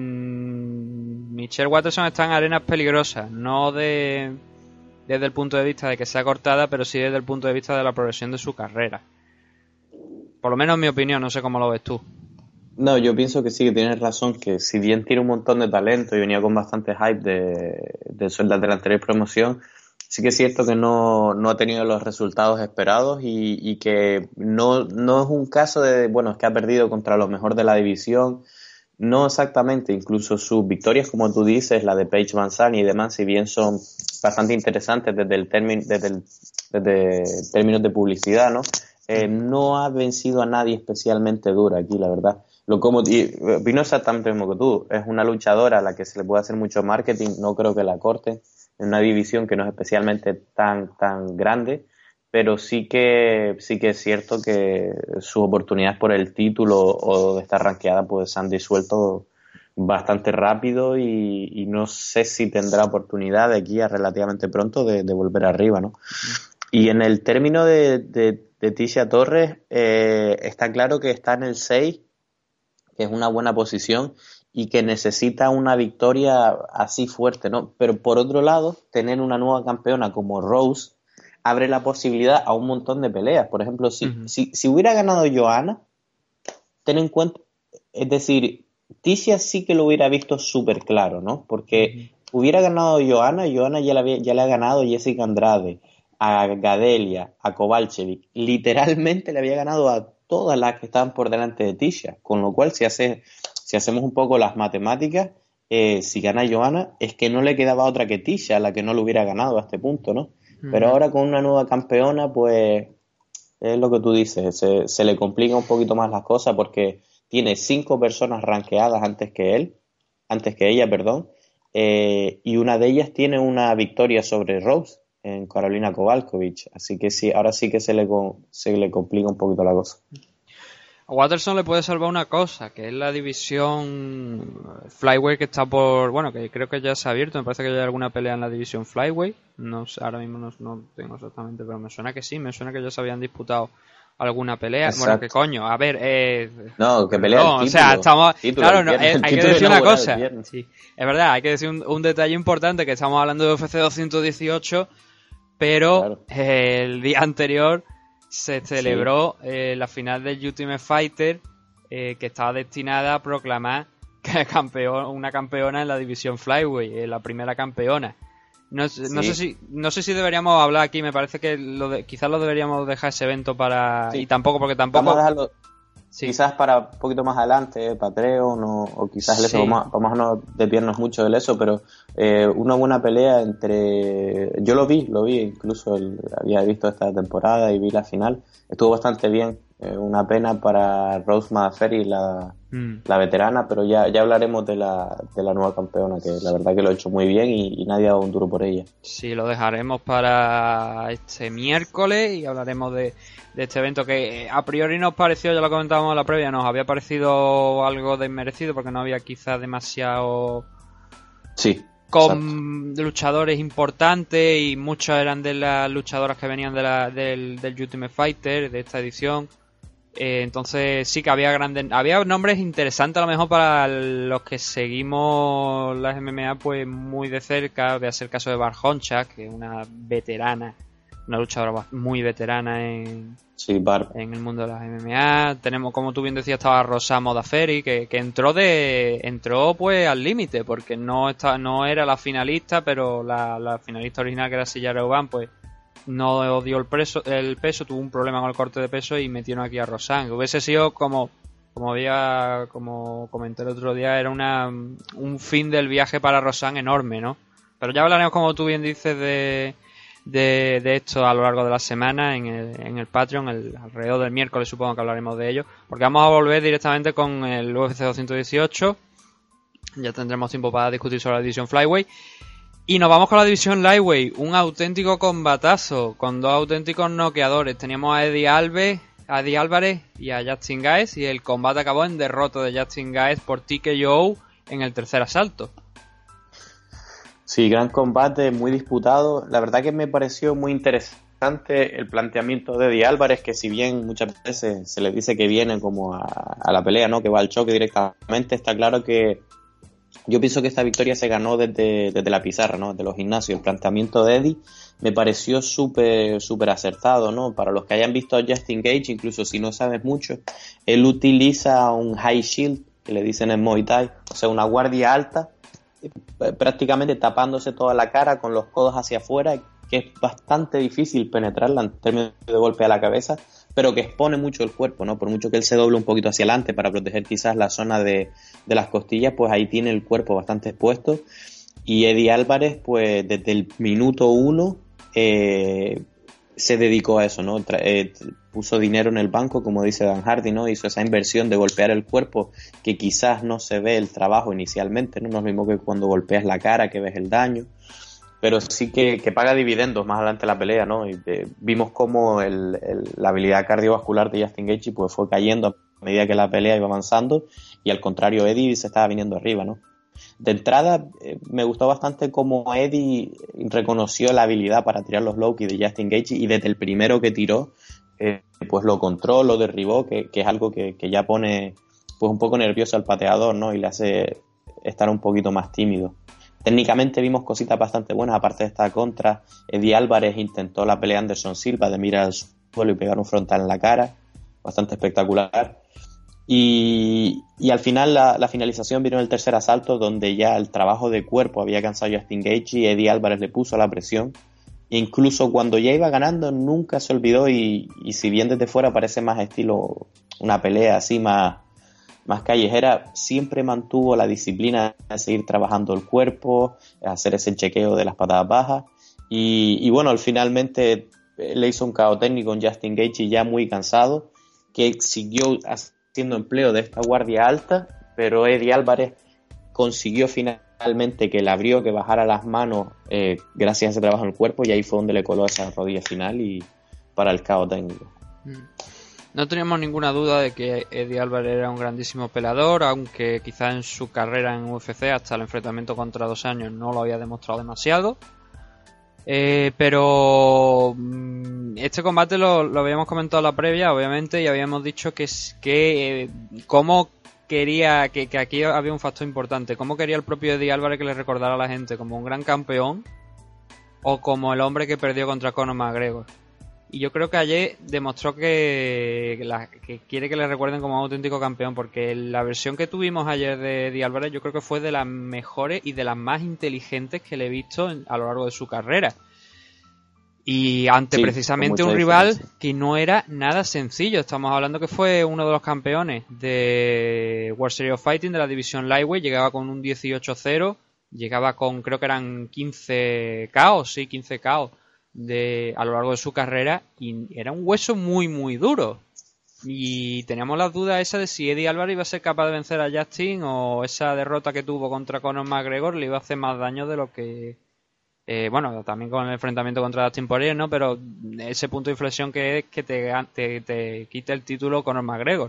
Mitchell Watterson está en arenas peligrosas, no desde el punto de vista de que sea cortada, pero sí desde el punto de vista de la progresión de su carrera. Por lo menos en mi opinión, no sé cómo lo ves tú. No, yo pienso que sí, que tienes razón, que si bien tiene un montón de talento y venía con bastante hype de la anterior promoción, sí que es cierto que no ha tenido los resultados esperados y que no es un caso de, bueno, es que ha perdido contra los mejores de la división. No exactamente, incluso sus victorias, como tú dices, la de Paige Van Zandt y demás, si bien son bastante interesantes desde términos de publicidad, ¿no? No ha vencido a nadie especialmente dura aquí, la verdad. Vino exactamente lo mismo que tú. Es una luchadora a la que se le puede hacer mucho marketing, no creo que la corte, en una división que no es especialmente tan grande, pero sí que es cierto que sus oportunidades por el título o de estar rankeada pues se han disuelto bastante rápido y no sé si tendrá oportunidad de aquí a relativamente pronto de volver arriba, ¿no? Y en el término de Tecia Torres, está claro que está en el 6, que es una buena posición y que necesita una victoria así fuerte, ¿no? Pero por otro lado, tener una nueva campeona como Rose abre la posibilidad a un montón de peleas. Por ejemplo, si hubiera ganado Johanna, ten en cuenta, es decir, Tecia sí que lo hubiera visto súper claro, ¿no? Porque hubiera ganado Johanna ya le ha ganado Jessica Andrade, a Gadelia, a Kovalchevich, literalmente le había ganado a todas las que estaban por delante de Tecia, con lo cual si hacemos un poco las matemáticas, si gana Johanna, es que no le quedaba otra que Tecia a la que no le hubiera ganado a este punto, ¿no? Pero ahora con una nueva campeona, pues es lo que tú dices, se le complica un poquito más las cosas porque tiene 5 personas rankeadas antes que ella, y una de ellas tiene una victoria sobre Rose en Karolina Kowalkiewicz, así que sí, ahora sí que se le complica un poquito la cosa. A Watterson le puede salvar una cosa, que es la división Flyweight que está que creo que ya se ha abierto, me parece que ya hay alguna pelea en la división Flyweight, no sé, ahora mismo no tengo exactamente, pero me suena que sí, me suena que ya se habían disputado alguna pelea. Exacto. Bueno, que coño, a ver, no, que pelea no, o sea, estamos claro, hay que decir una cosa, sí, es verdad, hay que decir un detalle importante, que estamos hablando de UFC 218, pero claro, el día anterior se celebró la final del Ultimate Fighter, que estaba destinada a proclamar una campeona en la división Flyweight, la primera campeona. No sé si deberíamos hablar aquí, me parece que quizás lo deberíamos dejar ese evento para... Sí. Y tampoco, porque tampoco... Vamos a dejarlo Sí. quizás para un poquito más adelante, Patreon o quizás el eso, Sí. vamos a no desviarnos mucho del eso, pero una buena pelea entre... Yo lo vi, incluso había visto esta temporada y vi la final, estuvo bastante bien. Una pena para Rose Ferry, la veterana, pero ya hablaremos de la nueva campeona, que la verdad que lo ha hecho muy bien y nadie ha dado un duro por ella. Sí, lo dejaremos para este miércoles y hablaremos de este evento que a priori nos pareció, ya lo comentábamos en la previa, nos había parecido algo desmerecido porque no había quizás demasiado... Sí. Con luchadores importantes y muchos eran de las luchadoras que venían del Ultimate Fighter de esta edición. Entonces sí que había nombres interesantes a lo mejor para los que seguimos las MMA pues muy de cerca. Voy a ser el caso de Bar Honchak, que es una veterana, una luchadora muy veterana en el mundo de las MMA. Tenemos, como tú bien decías, estaba Rosa Modafferi, que entró pues al límite, porque no era la finalista, pero la finalista original, que era Sillara Uban, pues no dio el peso, tuvo un problema con el corte de peso y metieron aquí a Rosan. Que hubiese sido como comenté el otro día, era un fin del viaje para Rosan enorme, ¿no? Pero ya hablaremos, como tú bien dices, de esto a lo largo de la semana en el Patreon, alrededor del miércoles supongo que hablaremos de ello, porque vamos a volver directamente con el UFC 218. Ya tendremos tiempo para discutir sobre la división Flyweight. Y nos vamos con la división Lightweight, un auténtico combatazo, con dos auténticos noqueadores. Teníamos a Eddie Álvarez y a Justin Gaethje, y el combate acabó en derrota de Justin Gaethje por TKO en el tercer asalto. Sí, gran combate, muy disputado. La verdad que me pareció muy interesante el planteamiento de Eddie Álvarez, que si bien muchas veces se le dice que viene como a la pelea, ¿no?, que va al choque directamente, está claro que yo pienso que esta victoria se ganó desde la pizarra, ¿no?, desde los gimnasios. El planteamiento de Eddie me pareció súper acertado, ¿no? Para los que hayan visto a Justin Gaethje, incluso si no sabes mucho, él utiliza un high shield, que le dicen en Muay Thai, o sea, una guardia alta, prácticamente tapándose toda la cara con los codos hacia afuera, que es bastante difícil penetrarla en términos de golpe a la cabeza, pero que expone mucho el cuerpo, ¿no? Por mucho que él se doble un poquito hacia adelante para proteger quizás la zona de las costillas, pues ahí tiene el cuerpo bastante expuesto. Y Eddie Álvarez, pues desde el minuto 1 se dedicó a eso, ¿no? Puso dinero en el banco, como dice Dan Hardy, ¿no? Hizo esa inversión de golpear el cuerpo, que quizás no se ve el trabajo inicialmente, ¿no? No es lo mismo que cuando golpeas la cara, que ves el daño, pero sí que paga dividendos más adelante en la pelea, ¿no? Y vimos cómo la habilidad cardiovascular de Justin Gaethje pues fue cayendo a medida que la pelea iba avanzando, y al contrario Eddie se estaba viniendo arriba, ¿no? De entrada me gustó bastante cómo Eddie reconoció la habilidad para tirar los low kicks de Justin Gaethje, y desde el primero que tiró pues lo controló, lo derribó, que es algo que ya pone pues un poco nervioso al pateador, ¿no? Y le hace estar un poquito más tímido. Técnicamente vimos cositas bastante buenas, aparte de esta contra. Eddie Álvarez intentó la pelea Anderson Silva de mirar al suelo y pegar un frontal en la cara, bastante espectacular. Y al final la finalización vino en el tercer asalto, donde ya el trabajo de cuerpo había cansado a Justin Gaethje y Eddie Álvarez le puso la presión. E incluso cuando ya iba ganando nunca se olvidó, y si bien desde fuera parece más estilo una pelea así más callejera, siempre mantuvo la disciplina de seguir trabajando el cuerpo, hacer ese chequeo de las patadas bajas, y bueno, finalmente le hizo un KO técnico en Justin Gaethje ya muy cansado, que siguió haciendo empleo de esta guardia alta, pero Eddie Álvarez consiguió finalmente que le abrió, que bajara las manos gracias a ese trabajo en el cuerpo, y ahí fue donde le coló esa rodilla final y para el KO técnico. No teníamos ninguna duda de que Eddie Álvarez era un grandísimo peleador, aunque quizá en su carrera en UFC hasta el enfrentamiento contra 2 años no lo había demostrado demasiado. Pero este combate lo habíamos comentado en la previa, obviamente, y habíamos dicho que cómo quería, que aquí había un factor importante, cómo quería el propio Eddie Álvarez que le recordara a la gente, como un gran campeón o como el hombre que perdió contra Conor McGregor. y yo creo que ayer demostró que quiere que le recuerden como auténtico campeón, porque la versión que tuvimos ayer de Eddie Álvarez yo creo que fue de las mejores y de las más inteligentes que le he visto a lo largo de su carrera. Y ante precisamente un rival que no era nada sencillo. Estamos hablando que fue uno de los campeones de World Series of Fighting de la división Lightweight, llegaba con un 18-0, llegaba con, creo que eran 15 KOs, sí, 15 KOs a lo largo de su carrera, y era un hueso muy muy duro. Y teníamos las dudas esa de si Eddie Álvarez iba a ser capaz de vencer a Justin, o esa derrota que tuvo contra Conor McGregor le iba a hacer más daño de lo que... bueno, también con el enfrentamiento contra Dustin Poirier, ¿no? Pero ese punto de inflexión que es que te quite el título Conor McGregor.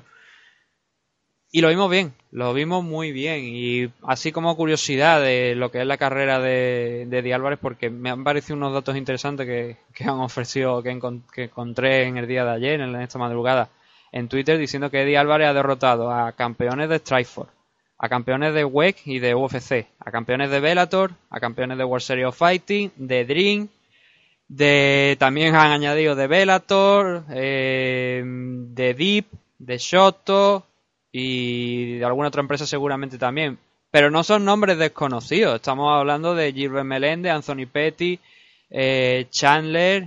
Y lo vimos muy bien. Y así como curiosidad de lo que es la carrera de Eddie Álvarez, porque me han parecido unos datos interesantes que han ofrecido, que encontré en el día de ayer, en esta madrugada, en Twitter, diciendo que Eddie Álvarez ha derrotado a campeones de Strikeforce, a campeones de WEC y de UFC, a campeones de Bellator, a campeones de World Series of Fighting, de Dream, también han añadido de Bellator, de Deep, de Shotto y de alguna otra empresa seguramente también. Pero no son nombres desconocidos. Estamos hablando de Gilbert Melendez, Anthony Petty, Chandler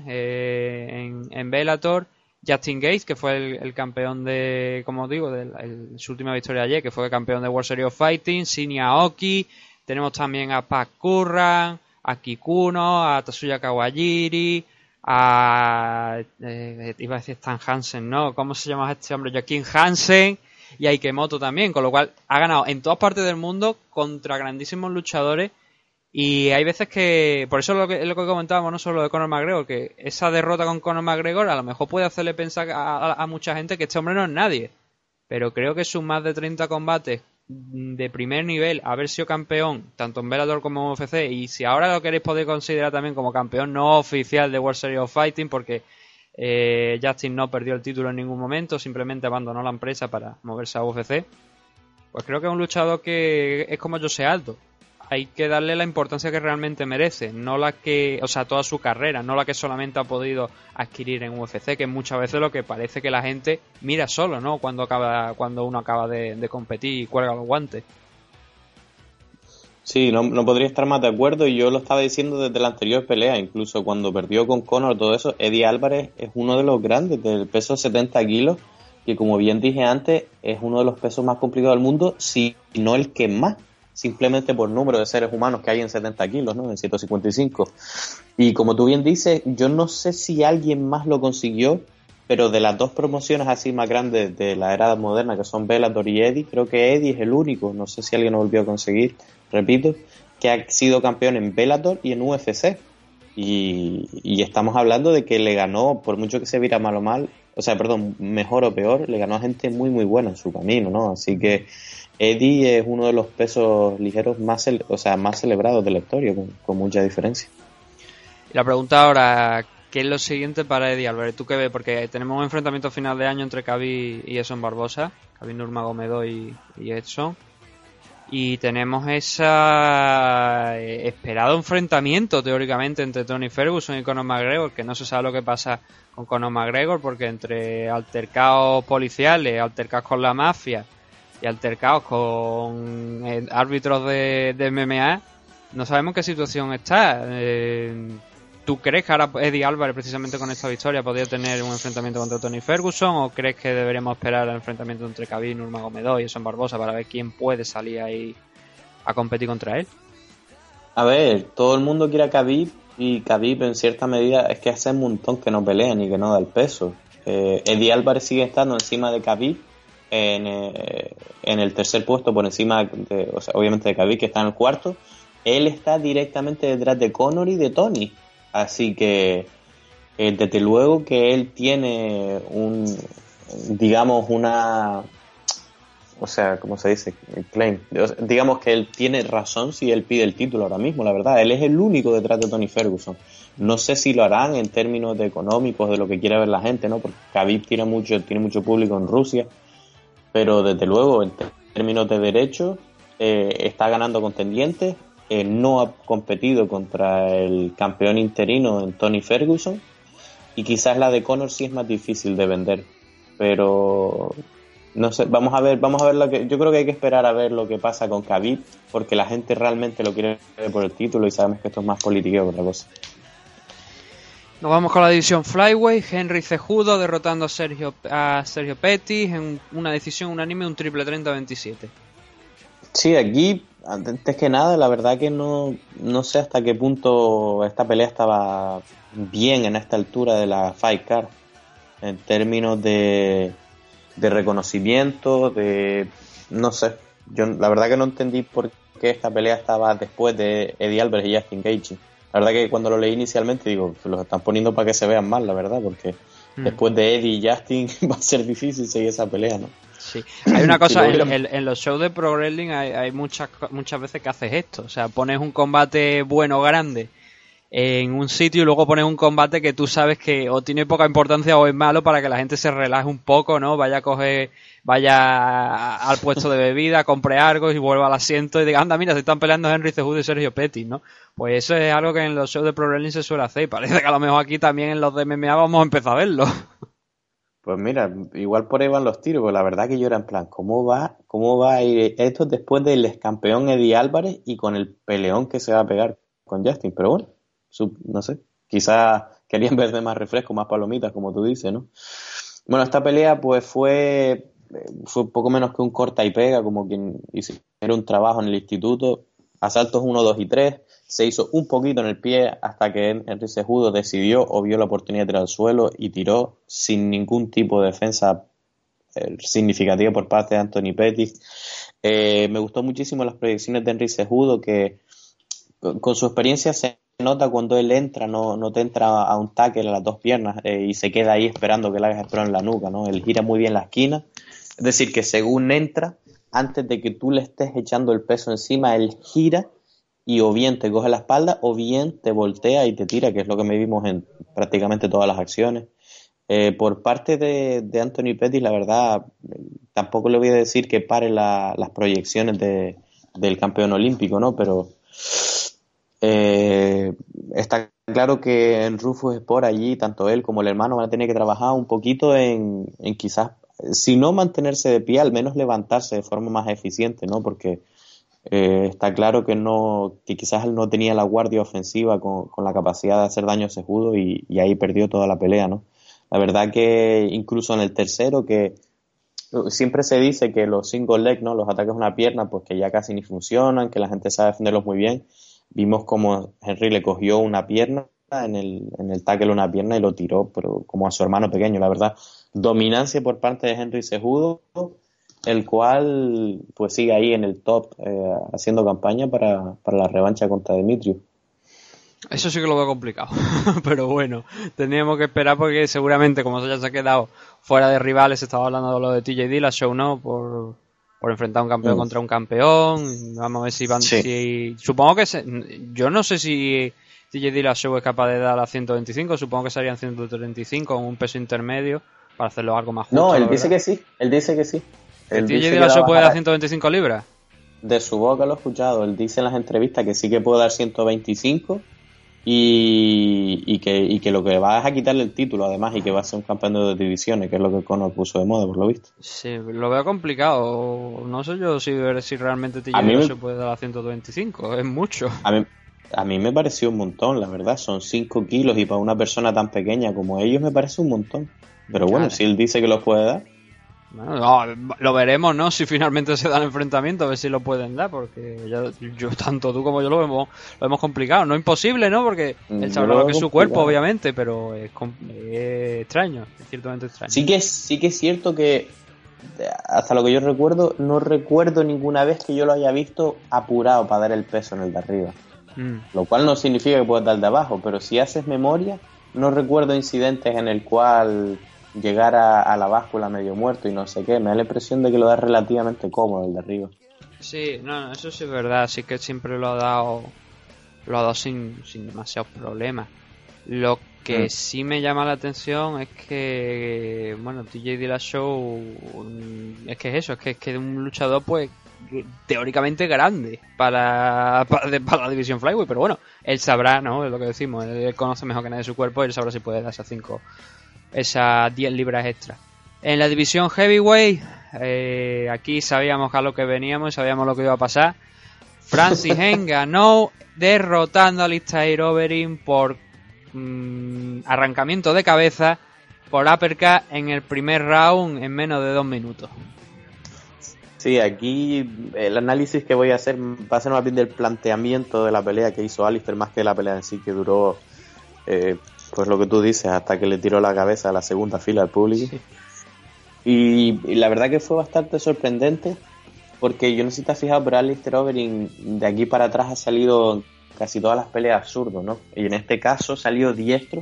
en Bellator, Justin Gates, que fue el campeón de, como digo, su última victoria ayer, que fue campeón de World Series of Fighting, Shinya Aoki. Tenemos también a Pat Curran, a Kikuno, a Tatsuya Kawajiri, iba a decir Stan Hansen, ¿no? ¿Cómo se llama este hombre? Joaquín Hansen, y a Ikemoto también, con lo cual ha ganado en todas partes del mundo contra grandísimos luchadores. Y hay veces que, por eso es lo que comentábamos, no solo de Conor McGregor, que esa derrota con Conor McGregor a lo mejor puede hacerle pensar a mucha gente que este hombre no es nadie. Pero creo que sus más de 30 combates de primer nivel, haber sido campeón tanto en Bellator como en UFC, y si ahora lo queréis poder considerar también como campeón no oficial de World Series of Fighting, porque Justin no perdió el título en ningún momento, simplemente abandonó la empresa para moverse a UFC, pues creo que es un luchador que es como Jose Aldo. Hay que darle la importancia que realmente merece, no la que, o sea, toda su carrera, no la que solamente ha podido adquirir en UFC, que es muchas veces lo que parece que la gente mira solo, ¿no? Cuando uno acaba de competir y cuelga los guantes. Sí, no podría estar más de acuerdo, y yo lo estaba diciendo desde la anterior pelea, incluso cuando perdió con Conor, todo eso. Eddie Álvarez es uno de los grandes del peso de 70 kilos, que como bien dije antes, es uno de los pesos más complicados del mundo, si no el que más, simplemente por número de seres humanos que hay en 70 kilos, ¿no? En 155. Y como tú bien dices, yo no sé si alguien más lo consiguió, pero de las dos promociones así más grandes de la era moderna, que son Bellator y Eddie, creo que Eddie es el único, no sé si alguien lo volvió a conseguir, repito, que ha sido campeón en Bellator y en UFC. Y estamos hablando de que le ganó, por mucho que se viera mal o mal, o sea, perdón, mejor o peor, le ganó a gente muy muy buena en su camino, ¿no? Así que Eddie es uno de los pesos ligeros más celebrados de la historia, con mucha diferencia. Y la pregunta ahora, ¿qué es lo siguiente para Eddie Álvarez? ¿Tú qué ves? Porque tenemos un enfrentamiento final de año entre Khabib y Edson Barbosa, Khabib Nurmagomedov y Edson. Y tenemos ese esperado enfrentamiento, teóricamente, entre Tony Ferguson y Conor McGregor, que no se sabe lo que pasa con Conor McGregor, porque entre altercados policiales, altercados con la mafia y altercados con árbitros de MMA, no sabemos en qué situación está. ¿Tú crees que ahora Eddie Álvarez, precisamente con esta victoria, podría tener un enfrentamiento contra Tony Ferguson, o crees que deberíamos esperar el enfrentamiento entre Khabib Nurmagomedov y Edson Barbosa para ver quién puede salir ahí a competir contra él? A ver, todo el mundo quiere a Khabib, y Khabib en cierta medida es que hace un montón que no pelean y que no da el peso. Eddie Álvarez sigue estando encima de Khabib en el tercer puesto, por encima de, o sea, obviamente de Khabib, que está en el cuarto. Él está directamente detrás de Conor y de Tony. Así que desde luego que él tiene ¿cómo se dice? Claim. Digamos que él tiene razón si él pide el título ahora mismo, la verdad. Él es el único detrás de Tony Ferguson. No sé si lo harán en términos de económicos, de lo que quiere ver la gente, ¿no? Porque Khabib tiene mucho público en Rusia, pero desde luego en términos de derechos está ganando contendientes. No ha competido contra el campeón interino en Tony Ferguson, y quizás la de Conor sí es más difícil de vender, pero no sé, vamos a ver lo que yo creo que hay que esperar a ver lo que pasa con Khabib, porque la gente realmente lo quiere ver por el título y sabemos que esto es más politiqueo que otra cosa. Nos vamos con la división Flyweight. Henry Cejudo derrotando a Sergio Pettis en una decisión unánime, un triple 30-27. Sí, aquí, antes que nada, la verdad que no sé hasta qué punto esta pelea estaba bien en esta altura de la Fight Card, en términos de reconocimiento, no sé. Yo la verdad que no entendí por qué esta pelea estaba después de Eddie Alvarez y Justin Gaethje. La verdad que cuando lo leí inicialmente digo, los están poniendo para que se vean mal, la verdad, porque después de Eddie y Justin va a ser difícil seguir esa pelea, ¿no? Sí, hay una cosa, en los shows de Pro Wrestling hay muchas veces que haces esto, o sea, pones un combate bueno, grande, en un sitio y luego pones un combate que tú sabes que o tiene poca importancia o es malo para que la gente se relaje un poco, ¿no? Vaya al puesto de bebida, compre algo y vuelva al asiento y diga, anda, mira, se están peleando Henry Cejudo y Sergio Pettis, ¿no? Pues eso es algo que en los shows de Pro Wrestling se suele hacer y parece que a lo mejor aquí también en los de MMA vamos a empezar a verlo. Pues mira, igual por ahí van los tiros, pero la verdad que yo era en plan, ¿cómo va a ir esto después del ex campeón Eddie Álvarez y con el peleón que se va a pegar con Justin? Pero bueno, no sé, quizás querían ver de más refresco, más palomitas, como tú dices, ¿no? Bueno, esta pelea pues fue poco menos que un corta y pega, como quien hiciera un trabajo en el instituto, asaltos 1, 2 y 3, se hizo un poquito en el pie hasta que Henry Cejudo decidió o vio la oportunidad de tirar al suelo y tiró sin ningún tipo de defensa significativa por parte de Anthony Pettis. Me gustó muchísimo las proyecciones de Henry Cejudo, que con su experiencia se nota cuando él entra, no te entra a un tackle a las dos piernas y se queda ahí esperando que le hagas sprint en la nuca, ¿no? Él gira muy bien la esquina, es decir, que según entra, antes de que tú le estés echando el peso encima, él gira y o bien te coge la espalda o bien te voltea y te tira, que es lo que me vimos en prácticamente todas las acciones. Por parte de Anthony Pettis, la verdad, tampoco le voy a decir que pare las proyecciones del campeón olímpico, ¿no? Pero está claro que en Rufus Sport allí, tanto él como el hermano van a tener que trabajar un poquito en quizás, si no mantenerse de pie, al menos levantarse de forma más eficiente, ¿no? Porque está claro que quizás él no tenía la guardia ofensiva con la capacidad de hacer daño a Cejudo y ahí perdió toda la pelea, ¿no? La verdad que incluso en el tercero, que siempre se dice que los single leg, ¿no? Los ataques a una pierna, pues que ya casi ni funcionan, que la gente sabe defenderlos muy bien. Vimos como Henry le cogió una pierna en el tackle una pierna y lo tiró, pero como a su hermano pequeño, la verdad. Dominancia por parte de Henry Cejudo, el cual pues sigue ahí en el top haciendo campaña para la revancha contra Demetrius. Eso sí que lo veo complicado, pero bueno, tendríamos que esperar porque seguramente como ya se ha quedado fuera de rivales, estaba hablando de lo de TJ Dillashaw, ¿no? Por enfrentar a un campeón contra un campeón, vamos a ver si van... Sí. Supongo que... yo no sé si TJ Dillashaw es capaz de dar a 125, supongo que serían 135 con un peso intermedio para hacerlo algo más justo. No, él dice que sí. ¿El TJ Dillashaw puede dar 125 libras? De su boca lo he escuchado, él dice en las entrevistas que sí que puede dar 125 y que lo que va es a quitarle el título además y que va a ser un campeón de divisiones, que es lo que Conor puso de moda por lo visto. Sí, lo veo complicado, no sé yo si realmente TJ Dillashaw puede dar a 125, es mucho. A mí me pareció un montón, la verdad, son 5 kilos y para una persona tan pequeña como ellos me parece un montón, pero bueno, claro. Si él dice que los puede dar. Bueno, no, lo veremos, ¿no? Si finalmente se da el enfrentamiento, a ver si lo pueden dar, porque yo tanto tú como yo lo hemos complicado. No imposible, ¿no? Porque él sabrá lo que es su cuerpo, obviamente, pero es extraño, es ciertamente extraño. Sí que es cierto que, hasta lo que yo recuerdo, no recuerdo ninguna vez que yo lo haya visto apurado para dar el peso en el de arriba. Lo cual no significa que puedas dar de abajo, pero si haces memoria, no recuerdo incidentes en el cual llegar a la báscula medio muerto y no sé qué. Me da la impresión de que lo da relativamente cómodo el de arriba. Sí, no, eso sí es verdad. Sí que siempre lo ha dado sin demasiados problemas. Lo que sí me llama la atención es que, bueno, TJ Dillashaw es que es un luchador pues teóricamente grande para la división Flyweight, pero bueno, él sabrá, ¿no? Es lo que decimos, él conoce mejor que nadie su cuerpo y él sabrá si puede dar esas 10 libras extra. En la división heavyweight, aquí sabíamos a lo que veníamos y sabíamos lo que iba a pasar. Francis Ngannou ganó derrotando a Alistair Overeem por arrancamiento de cabeza por uppercut en el primer round en menos de 2 minutos. Sí, aquí el análisis que voy a hacer va a ser más bien del planteamiento de la pelea que hizo Alistair, más que la pelea en sí, que duró, pues lo que tú dices, hasta que le tiró la cabeza a la segunda fila del público. Sí. Y la verdad que fue bastante sorprendente, porque yo no sé si te has fijado, pero Alistair Overeem de aquí para atrás ha salido en casi todas las peleas absurdo, ¿no? Y en este caso salió diestro,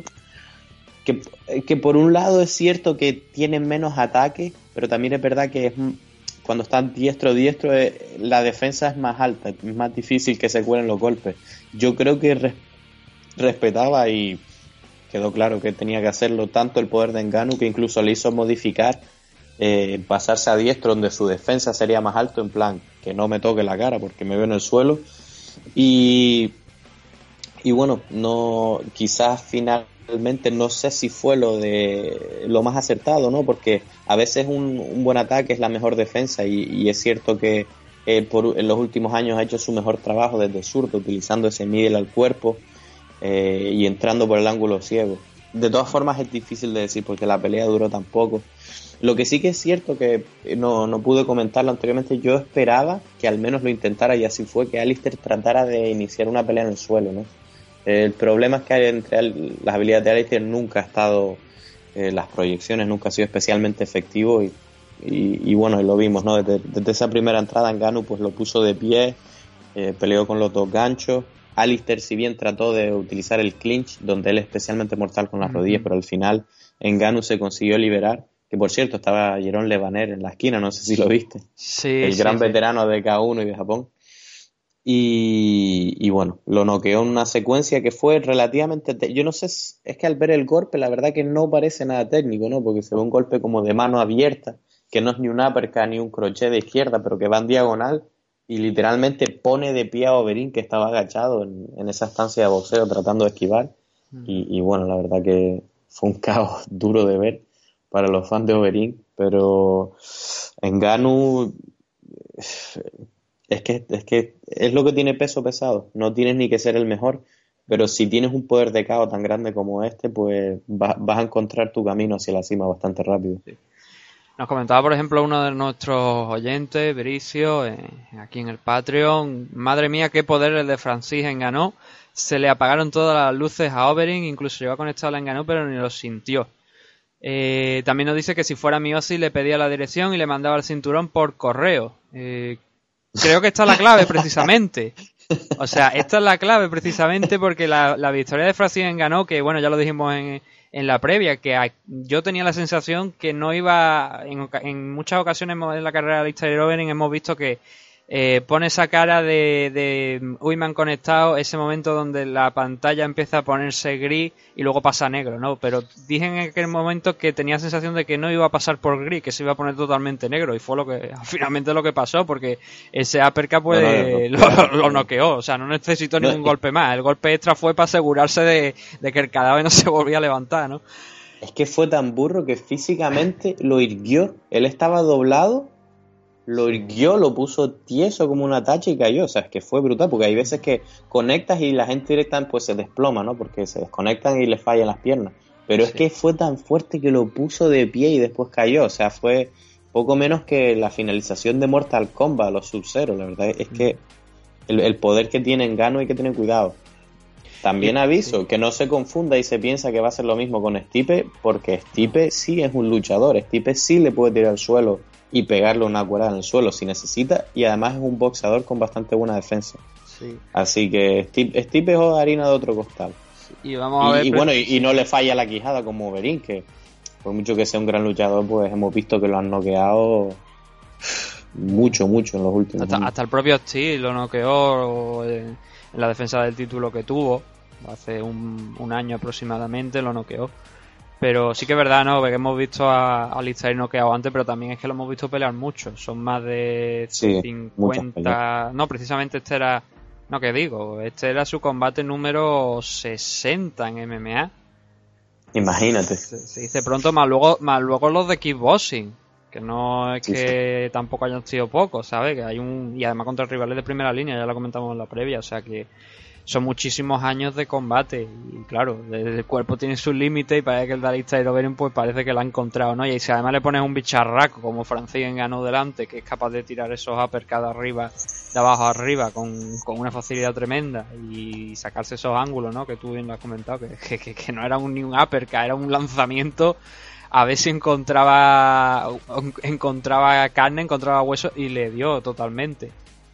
que por un lado es cierto que tiene menos ataque, pero también es verdad que cuando están diestro, la defensa es más alta, es más difícil que se cuelen los golpes. Yo creo que respetaba, y quedó claro que tenía que hacerlo, tanto el poder de Ngannou, que incluso le hizo modificar, pasarse a diestro, donde su defensa sería más alto, en plan, que no me toque la cara porque me veo en el suelo. Y bueno, no, quizás finalmente no sé si fue lo más acertado, ¿no? Porque a veces un buen ataque es la mejor defensa, y es cierto que en los últimos años ha hecho su mejor trabajo desde el zurdo, utilizando ese middle al cuerpo y entrando por el ángulo ciego. De todas formas es difícil de decir porque la pelea duró tan poco. Lo que sí que es cierto, que no pude comentarlo anteriormente, yo esperaba que al menos lo intentara, y así fue, que Alistair tratara de iniciar una pelea en el suelo, ¿no? El problema es que entre las habilidades de Alistair nunca ha estado, las proyecciones nunca ha sido especialmente efectivo, y bueno, y lo vimos, ¿no? Desde esa primera entrada Ngannou pues lo puso de pie, peleó con los 2 ganchos. Alistair, si bien trató de utilizar el clinch, donde él es especialmente mortal con las rodillas, pero al final Ngannou se consiguió liberar. Que por cierto estaba Jeroen Levaner en la esquina, no sé si lo viste. Sí, el gran veterano de K1 y de Japón. Y bueno, lo noqueó en una secuencia que fue relativamente... Yo no sé, es que al ver el golpe la verdad que no parece nada técnico, ¿no? Porque se ve un golpe como de mano abierta, que no es ni un uppercut ni un crochet de izquierda, pero que va en diagonal y literalmente pone de pie a Overeem, que estaba agachado en esa estancia de boxeo tratando de esquivar. Y bueno, la verdad que fue un caos duro de ver para los fans de Overeem, pero Ngannou es que es lo que tiene peso pesado. No tienes ni que ser el mejor, pero si tienes un poder de KO tan grande como este, pues vas a encontrar tu camino hacia la cima bastante rápido. Sí. Nos comentaba, por ejemplo, uno de nuestros oyentes, Bericio, aquí en el Patreon: madre mía, qué poder el de Francis Ngannou. Se le apagaron todas las luces a Overeem, incluso lleva conectado la Ngannou, pero ni lo sintió. También nos dice que si fuera Miocic le pedía la dirección y le mandaba el cinturón por correo. Creo que esta es la clave precisamente. O sea, esta es la clave precisamente, porque la victoria de Francis Ngannou, que bueno, ya lo dijimos en la previa, que yo tenía la sensación que no iba, en muchas ocasiones en la carrera de Alistair Overeem hemos visto que pone esa cara de uy, me han conectado, ese momento donde la pantalla empieza a ponerse gris y luego pasa a negro, ¿no? Pero dije en aquel momento que tenía sensación de que no iba a pasar por gris, que se iba a poner totalmente negro, y fue finalmente lo que pasó, porque ese uppercut pues lo noqueó. O sea, no necesitó ningún golpe más. El golpe extra fue para asegurarse de que el cadáver no se volvía a levantar, ¿no? Es que fue tan burro que físicamente lo irguió. Él estaba doblado, lo irguió, lo puso tieso como una tacha y cayó. O sea, es que fue brutal, porque hay veces que conectas y la gente directa pues se desploma, ¿no? Porque se desconectan y le fallan las piernas. Pero sí, es que fue tan fuerte que lo puso de pie y después cayó. O sea, fue poco menos que la finalización de Mortal Kombat, los Sub-Zero. La verdad es que el poder que tiene Ngannou hay que tener cuidado. También aviso, que no se confunda y se piensa que va a ser lo mismo con Stipe, porque Stipe sí es un luchador. Stipe sí le puede tirar al suelo y pegarle una cuerda en el suelo si necesita, y además es un boxeador con bastante buena defensa. Sí. Así que Stipe es harina de otro costal. Sí. Y vamos a ver, bueno, y no le falla la quijada como Overeem, que por mucho que sea un gran luchador, pues hemos visto que lo han noqueado mucho en los últimos años. Hasta el propio Steve lo noqueó en la defensa del título que tuvo hace un año aproximadamente, lo noqueó. Pero sí que es verdad, ¿no? Que hemos visto a Alistair noqueado antes, pero también es que lo hemos visto pelear mucho. Son más de 50... No, precisamente este era No, que digo, este era su combate número 60 en MMA. Imagínate. Se dice pronto, más luego los de kickboxing, que no es que tampoco hayan sido pocos, ¿sabes? Que hay y además contra rivales de primera línea, ya lo comentamos en la previa, o sea que son muchísimos años de combate y claro, el cuerpo tiene sus límites y parece que el Alistair Overeem pues parece que lo ha encontrado, ¿no? Y si además le pones un bicharraco como Francis Ngannou delante, que es capaz de tirar esos uppercuts de abajo arriba con una facilidad tremenda y sacarse esos ángulos, ¿no? Que tú bien lo has comentado, que no era ni un uppercut, era un lanzamiento a ver si encontraba carne, encontraba hueso y le dio totalmente.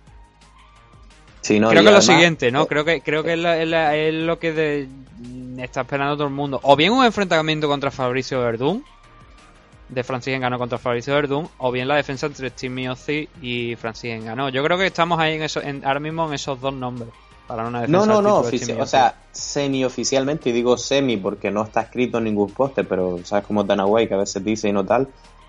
Sí, no, creo que además, lo siguiente, ¿no? Creo que es lo que está esperando todo el mundo. O bien un enfrentamiento contra Fabricio Werdum, de Francis Ngannou contra Fabricio Werdum, o bien la defensa entre Steve Miocic y Francis Ngannou. Yo creo que estamos ahí ahora mismo en esos dos nombres para una defensa. No, o sea, semi-oficialmente, y digo semi porque no está escrito en ningún póster, pero sabes como Dana White, que a veces dice y no tal.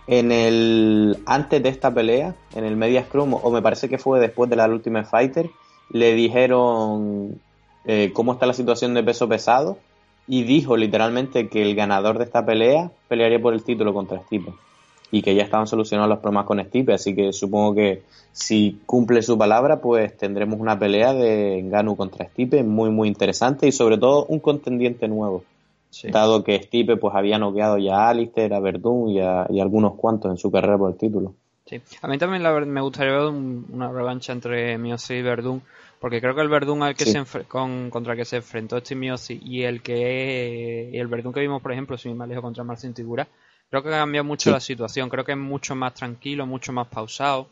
Antes de esta pelea, en el Media Scrum, o me parece que fue después de la Ultimate Fighter, le dijeron cómo está la situación de peso pesado y dijo literalmente que el ganador de esta pelea pelearía por el título contra Stipe y que ya estaban solucionados los problemas con Stipe, así que supongo que si cumple su palabra pues tendremos una pelea de Ngannou contra Stipe muy muy interesante y sobre todo un contendiente nuevo, dado que Stipe pues había noqueado ya a Alistair, a Werdum y algunos cuantos en su carrera por el título. Sí, a mí también me gustaría ver una revancha entre Miocic y Werdum, porque creo que el Werdum contra el que se enfrentó Steve Miocic y el Werdum que vimos, por ejemplo, si me alejo contra Marcin Tibura, creo que ha cambiado mucho la situación. Creo que es mucho más tranquilo, mucho más pausado.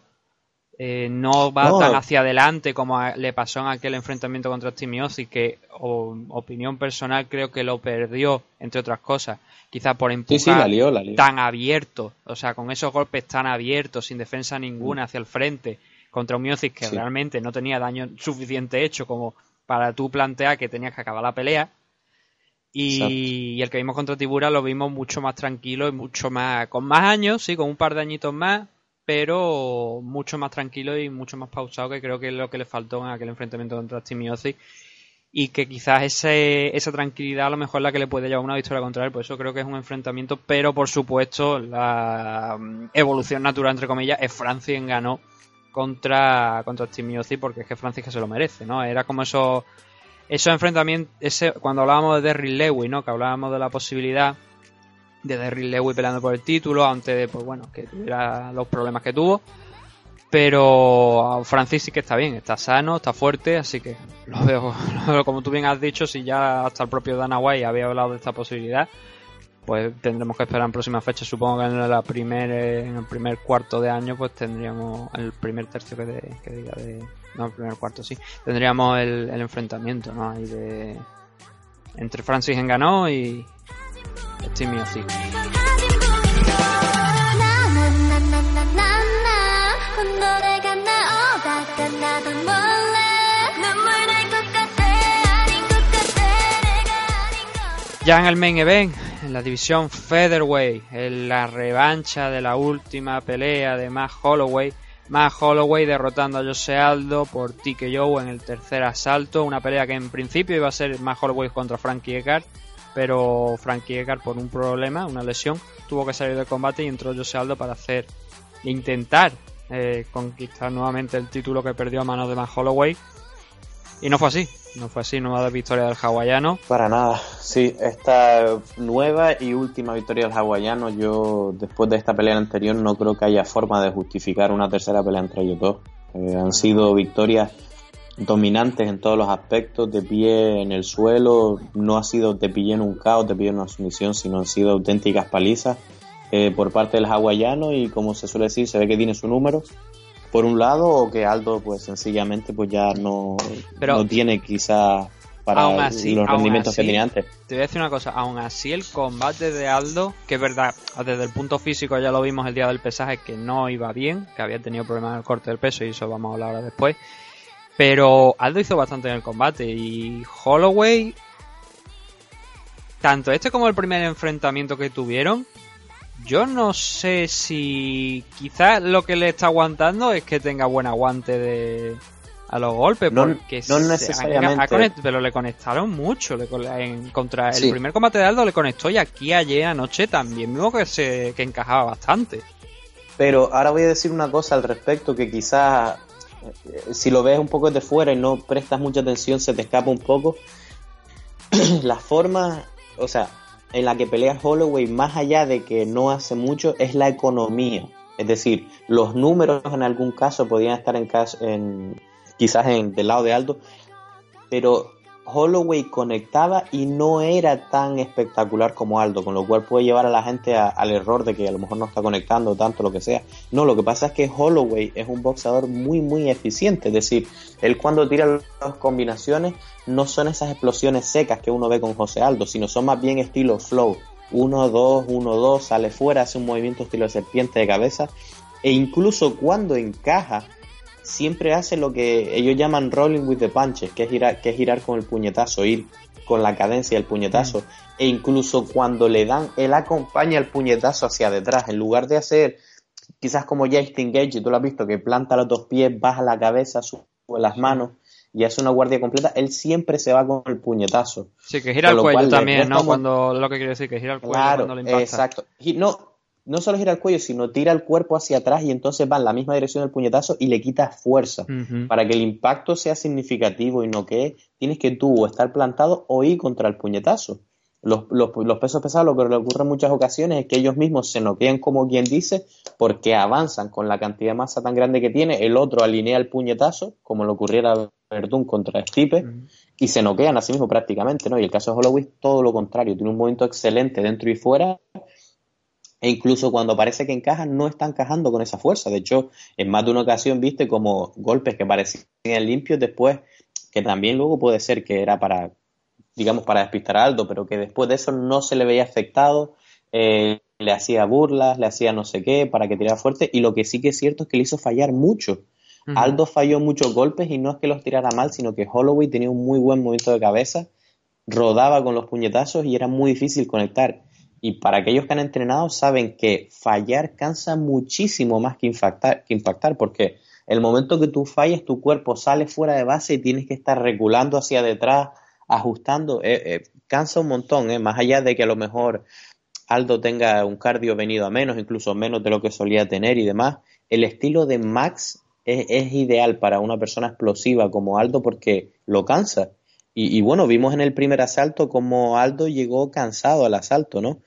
No va tan hacia adelante como le pasó en aquel enfrentamiento contra Steve Miocic, que, opinión personal, creo que lo perdió, entre otras cosas. Quizás por empujar la lió. Tan abierto, o sea, con esos golpes tan abiertos, sin defensa ninguna hacia el frente, contra un Miocic que realmente no tenía daño suficiente hecho como para tú plantear que tenías que acabar la pelea. Y el que vimos contra Tibura lo vimos mucho más tranquilo y mucho más, con más años, sí, con un par de añitos más, pero mucho más tranquilo y mucho más pausado, que creo que es lo que le faltó en aquel enfrentamiento contra Steve Miocic. Y que quizás esa tranquilidad a lo mejor es la que le puede llevar una victoria contra él. Por eso creo que es un enfrentamiento, pero por supuesto la evolución natural, entre comillas, es Francis Ngannou contra Steve Miocic, porque es que Francis que se lo merece, ¿no? Era como esos enfrentamientos, cuando hablábamos de Derrick Lewis, ¿no? Que hablábamos de la posibilidad de Derrick Lewis peleando por el título antes de, pues bueno, que tuviera los problemas que tuvo. Pero Francis sí que está bien, está sano, está fuerte, así que lo veo como tú bien has dicho, si ya hasta el propio Dana White había hablado de esta posibilidad, pues tendremos que esperar en próximas fechas. Supongo que en el primer cuarto de año pues tendríamos el primer tercio que diga no, el primer cuarto sí, tendríamos el enfrentamiento, ¿no? Ahí entre Francis Ngannou y Steve Miocic. Ya en el main event, en la división Featherweight, en la revancha de la última pelea de Max Holloway derrotando a Jose Aldo por TKO en el tercer asalto, una pelea que en principio iba a ser Max Holloway contra Frankie Edgar, pero Frankie Edgar por un problema, una lesión, tuvo que salir del combate y entró Jose Aldo para intentar conquistar nuevamente el título que perdió a manos de Max Holloway. Y no fue así, no va a dar victoria del hawaiano. Para nada, sí, esta nueva y última victoria del hawaiano, yo después de esta pelea anterior no creo que haya forma de justificar una tercera pelea entre ellos dos. Han sido victorias dominantes en todos los aspectos, de pie en el suelo, no ha sido de pie en un caos, de pie en una sumisión, sino han sido auténticas palizas por parte del hawaiano y como se suele decir, se ve que tiene su número. Por un lado, o que Aldo pues sencillamente pues ya no tiene quizás para así, los rendimientos que tenía antes. Te voy a decir una cosa, aún así el combate de Aldo, que es verdad, desde el punto físico ya lo vimos el día del pesaje que no iba bien, que había tenido problemas en el corte del peso y eso vamos a hablar ahora después, pero Aldo hizo bastante en el combate y Holloway, tanto este como el primer enfrentamiento que tuvieron, yo no sé si quizás lo que le está aguantando es que tenga buen aguante a los golpes, No, porque no necesariamente. pero le conectaron mucho. Contra el primer combate de Aldo le conectó, y aquí ayer anoche también mismo que encajaba bastante. Pero ahora voy a decir una cosa al respecto que quizás, si lo ves un poco desde fuera y no prestas mucha atención, se te escapa un poco. La forma, o sea, en la que pelea Holloway, más allá de que no hace mucho, es la economía. Es decir, los números en algún caso podían estar quizás del lado de Aldo, pero Holloway conectaba y no era tan espectacular como Aldo, con lo cual puede llevar a la gente al error de que a lo mejor no está conectando tanto, lo que sea. No, lo que pasa es que Holloway es un boxeador muy, muy eficiente. Es decir, él cuando tira las combinaciones no son esas explosiones secas que uno ve con José Aldo, sino son más bien estilo flow. 1-2, 1-2, sale fuera, hace un movimiento estilo de serpiente de cabeza, e incluso cuando encaja siempre hace lo que ellos llaman rolling with the punches, que es girar con el puñetazo, ir con la cadencia del puñetazo, e incluso cuando le dan, él acompaña el puñetazo hacia detrás, en lugar de hacer quizás como Justin Gaethje, tú lo has visto, que planta los dos pies, baja la cabeza, sube las manos y hace una guardia completa, él siempre se va con el puñetazo. Sí, que gira el cuello también, ¿no? Cuando lo que quiere decir, que gira el cuello, claro, cuando le impacta. Exacto. No solo gira el cuello, sino tira el cuerpo hacia atrás y entonces va en la misma dirección del puñetazo y le quita fuerza. Para que el impacto sea significativo y no que tienes que tú o estar plantado o ir contra el puñetazo. Los pesos pesados, lo que le ocurre en muchas ocasiones es que ellos mismos se noquean, como quien dice, porque avanzan con la cantidad de masa tan grande que tiene, el otro alinea el puñetazo, como le ocurriera a Verdún contra Stipe, y se noquean a sí mismo prácticamente, ¿no? Y el caso de Holloway, todo lo contrario, tiene un movimiento excelente dentro y fuera, e incluso cuando parece que encajan, no está encajando con esa fuerza. De hecho, en más de una ocasión viste como golpes que parecían limpios después, que también luego puede ser que era para despistar a Aldo, pero que después de eso no se le veía afectado, le hacía burlas, le hacía no sé qué para que tirara fuerte, y lo que sí que es cierto es que le hizo fallar mucho. Aldo falló muchos golpes y no es que los tirara mal, sino que Holloway tenía un muy buen movimiento de cabeza, rodaba con los puñetazos y era muy difícil conectar. Y para aquellos que han entrenado saben que fallar cansa muchísimo más que impactar, porque el momento que tú fallas, tu cuerpo sale fuera de base y tienes que estar reculando hacia detrás, ajustando, cansa un montón, más allá de que a lo mejor Aldo tenga un cardio venido a menos, incluso menos de lo que solía tener y demás. El estilo de Max es ideal para una persona explosiva como Aldo porque lo cansa. Y bueno, vimos en el primer asalto cómo Aldo llegó cansado al asalto, ¿no?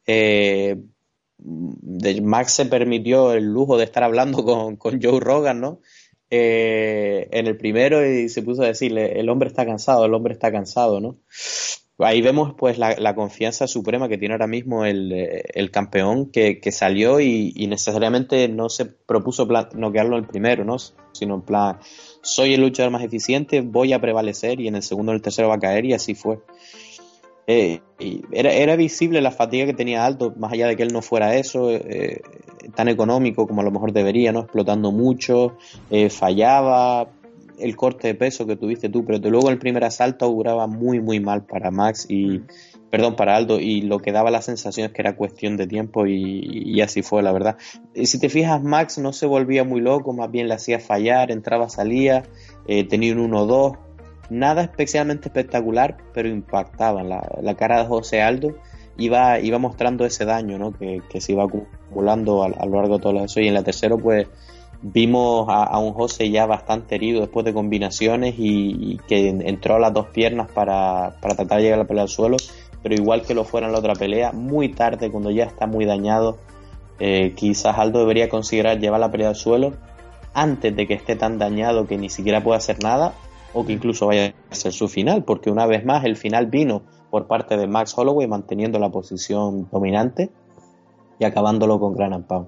Max se permitió el lujo de estar hablando con Joe Rogan, ¿no? En el primero, y se puso a decirle, el hombre está cansado, ¿no? Ahí vemos pues la confianza suprema que tiene ahora mismo el campeón que salió y necesariamente no se propuso noquearlo en el primero, ¿no? Sino en plan, soy el luchador más eficiente, voy a prevalecer y en el segundo o el tercero va a caer, y así fue. Y era visible la fatiga que tenía Aldo, más allá de que él no fuera eso, tan económico como a lo mejor debería, ¿no? Explotando mucho, fallaba el corte de peso que tuviste tú, pero luego el primer asalto auguraba muy muy mal para para Aldo, y lo que daba la sensación es que era cuestión de tiempo y así fue, la verdad. Si te fijas, Max no se volvía muy loco, más bien le hacía fallar, entraba, salía, tenía un 1-2, nada especialmente espectacular, pero impactaba. La cara de José Aldo iba mostrando ese daño, ¿no? que se iba acumulando a lo largo de todo eso, y en la tercera pues vimos a un José ya bastante herido después de combinaciones y que entró a las dos piernas para tratar de llegar a la pelea al suelo, pero igual que lo fuera en la otra pelea, muy tarde, cuando ya está muy dañado, quizás Aldo debería considerar llevar la pelea al suelo antes de que esté tan dañado que ni siquiera pueda hacer nada, o que incluso vaya a ser su final, porque una vez más el final vino por parte de Max Holloway manteniendo la posición dominante y acabándolo con gran pound.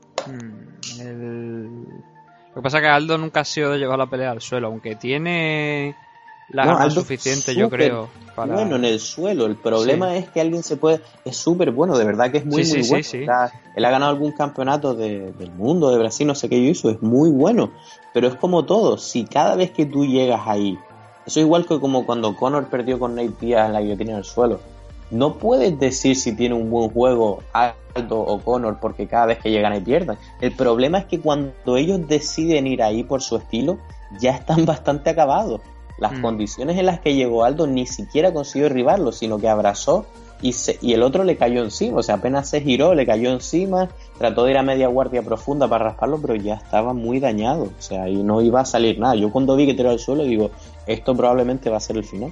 Lo que pasa es que Aldo nunca ha sido de llevar la pelea al suelo, aunque tiene la gana suficiente, yo creo. Bueno, en el suelo. El problema es que alguien es súper bueno, de verdad que es muy bueno. Sí. Él ha ganado algún campeonato del mundo, de Brasil, no sé qué hizo, es muy bueno. Pero es como todo, si cada vez que tú llegas ahí, eso es igual que como cuando Conor perdió con Nate Diaz en la guillotina en el suelo. No puedes decir si tiene un buen juego Aldo o Conor porque cada vez que llegan y pierden. El problema es que cuando ellos deciden ir ahí por su estilo, ya están bastante acabados. Las condiciones en las que llegó Aldo ni siquiera consiguió derribarlo, sino que abrazó y el otro le cayó encima. O sea, apenas se giró, le cayó encima, trató de ir a media guardia profunda para rasparlo, pero ya estaba muy dañado. O sea, y no iba a salir nada. Yo cuando vi que tiró al suelo digo, esto probablemente va a ser el final.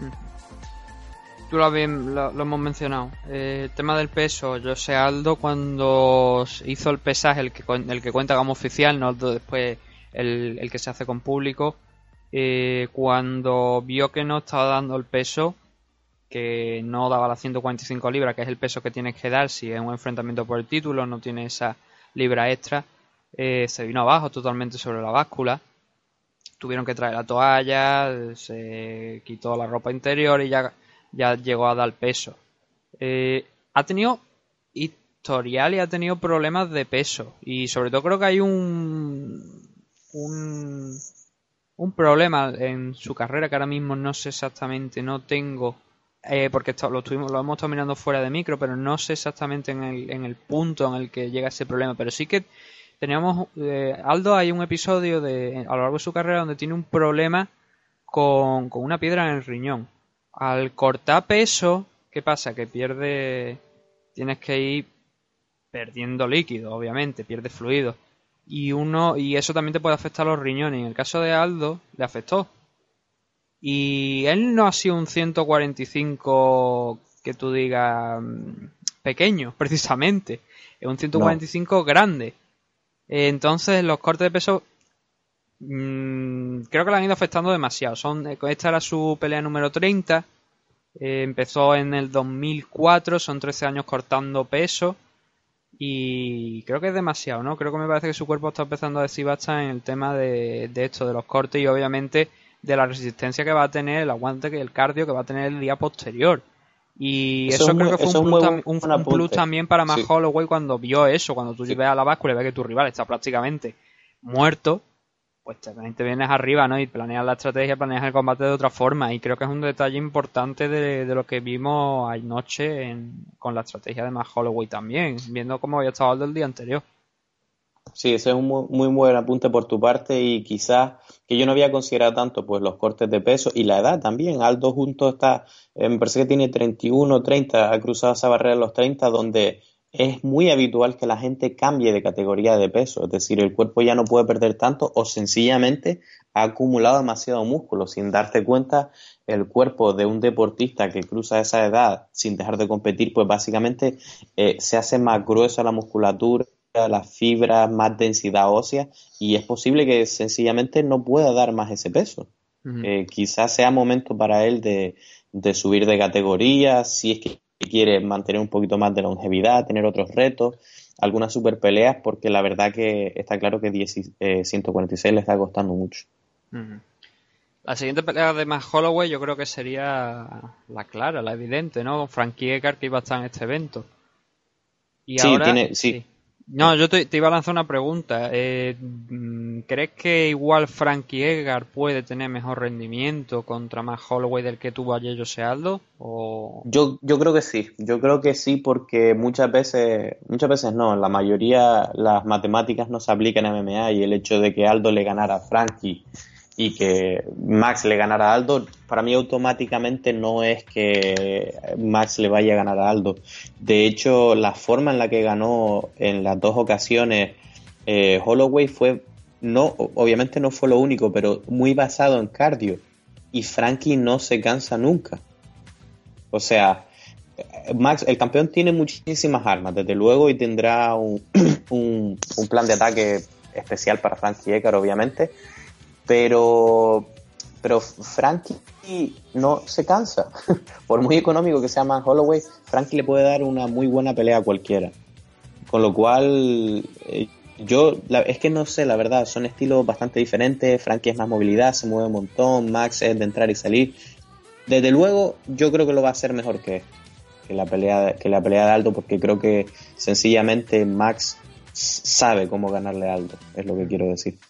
Tú lo hemos mencionado. El tema del peso. José Aldo, cuando hizo el pesaje, el que cuenta como oficial, no después el que se hace con público, cuando vio que no estaba dando el peso, que no daba las 145 libras, que es el peso que tienes que dar si es un enfrentamiento por el título, no tiene esa libra extra, se vino abajo totalmente sobre la báscula. Tuvieron que traer la toalla, se quitó la ropa interior y ya llegó a dar peso. Ha tenido historial y ha tenido problemas de peso, y sobre todo creo que hay un problema en su carrera que ahora mismo no sé exactamente, no tengo, porque lo hemos estado mirando fuera de micro, pero no sé exactamente en el punto en el que llega ese problema. Pero sí que teníamos Aldo, hay un episodio a lo largo de su carrera donde tiene un problema con una piedra en el riñón. Al cortar peso, ¿qué pasa? Que tienes que ir perdiendo líquido, obviamente, pierdes fluido. Y eso también te puede afectar a los riñones. En el caso de Aldo, le afectó. Y él no ha sido un 145 que tú digas pequeño, precisamente. Es un 145 grande. Entonces, los cortes de peso creo que le han ido afectando demasiado. Esta era su pelea número 30. Empezó en el 2004. Son 13 años cortando peso. Y creo que es demasiado, ¿no? Creo que me parece que su cuerpo está empezando a decir basta en el tema de esto, de los cortes, y obviamente de la resistencia que va a tener, el aguante, el cardio que va a tener el día posterior. Y eso creo que fue un plus también para Max Holloway cuando vio eso. Cuando tú ves a la báscula y ves que tu rival está prácticamente muerto, pues también te vienes arriba, ¿no? Y planeas la estrategia, planeas el combate de otra forma. Y creo que es un detalle importante de lo que vimos anoche con la estrategia de Max Holloway también, viendo cómo había estado el día anterior. Sí, ese es un muy buen apunte por tu parte, y quizás que yo no había considerado tanto pues los cortes de peso y la edad también. Aldo junto está, me parece que tiene 31, 30, ha cruzado esa barrera de los 30, donde es muy habitual que la gente cambie de categoría de peso, es decir, el cuerpo ya no puede perder tanto o sencillamente ha acumulado demasiado músculo. Sin darte cuenta, el cuerpo de un deportista que cruza esa edad sin dejar de competir, pues básicamente se hace más gruesa la musculatura, las fibras, más densidad ósea, y es posible que sencillamente no pueda dar más ese peso. Quizás sea momento para él de subir de categoría, si es que quiere mantener un poquito más de longevidad, tener otros retos, algunas super peleas, porque la verdad que está claro que 146 le está costando mucho. La siguiente pelea de Max Holloway yo creo que sería la clara, la evidente, ¿no? Frankie Edgar, que iba a estar en este evento. Y sí, ahora, sí. No, yo te iba a lanzar una pregunta. ¿Crees que igual Frankie Edgar puede tener mejor rendimiento contra Max Holloway del que tuvo ayer José Aldo? ¿O? Yo creo que sí. Yo creo que sí, porque muchas veces no. En la mayoría las matemáticas no se aplican en MMA, y el hecho de que Aldo le ganara a Frankie y que Max le ganara a Aldo, para mí automáticamente no es que Max le vaya a ganar a Aldo. De hecho, la forma en la que ganó en las dos ocasiones Holloway obviamente no fue lo único, pero muy basado en cardio, y Frankie no se cansa nunca. O sea, Max, el campeón, tiene muchísimas armas, desde luego, y tendrá un plan de ataque especial para Frankie Edgar, obviamente. Pero Frankie no se cansa. Por muy económico que sea Max Holloway, Frankie le puede dar una muy buena pelea a cualquiera. Con lo cual, es que no sé, la verdad, son estilos bastante diferentes. Frankie es más movilidad, se mueve un montón. Max es de entrar y salir. Desde luego, yo creo que lo va a hacer mejor que la pelea de Aldo, porque creo que sencillamente Max sabe cómo ganarle a Aldo, es lo que quiero decir.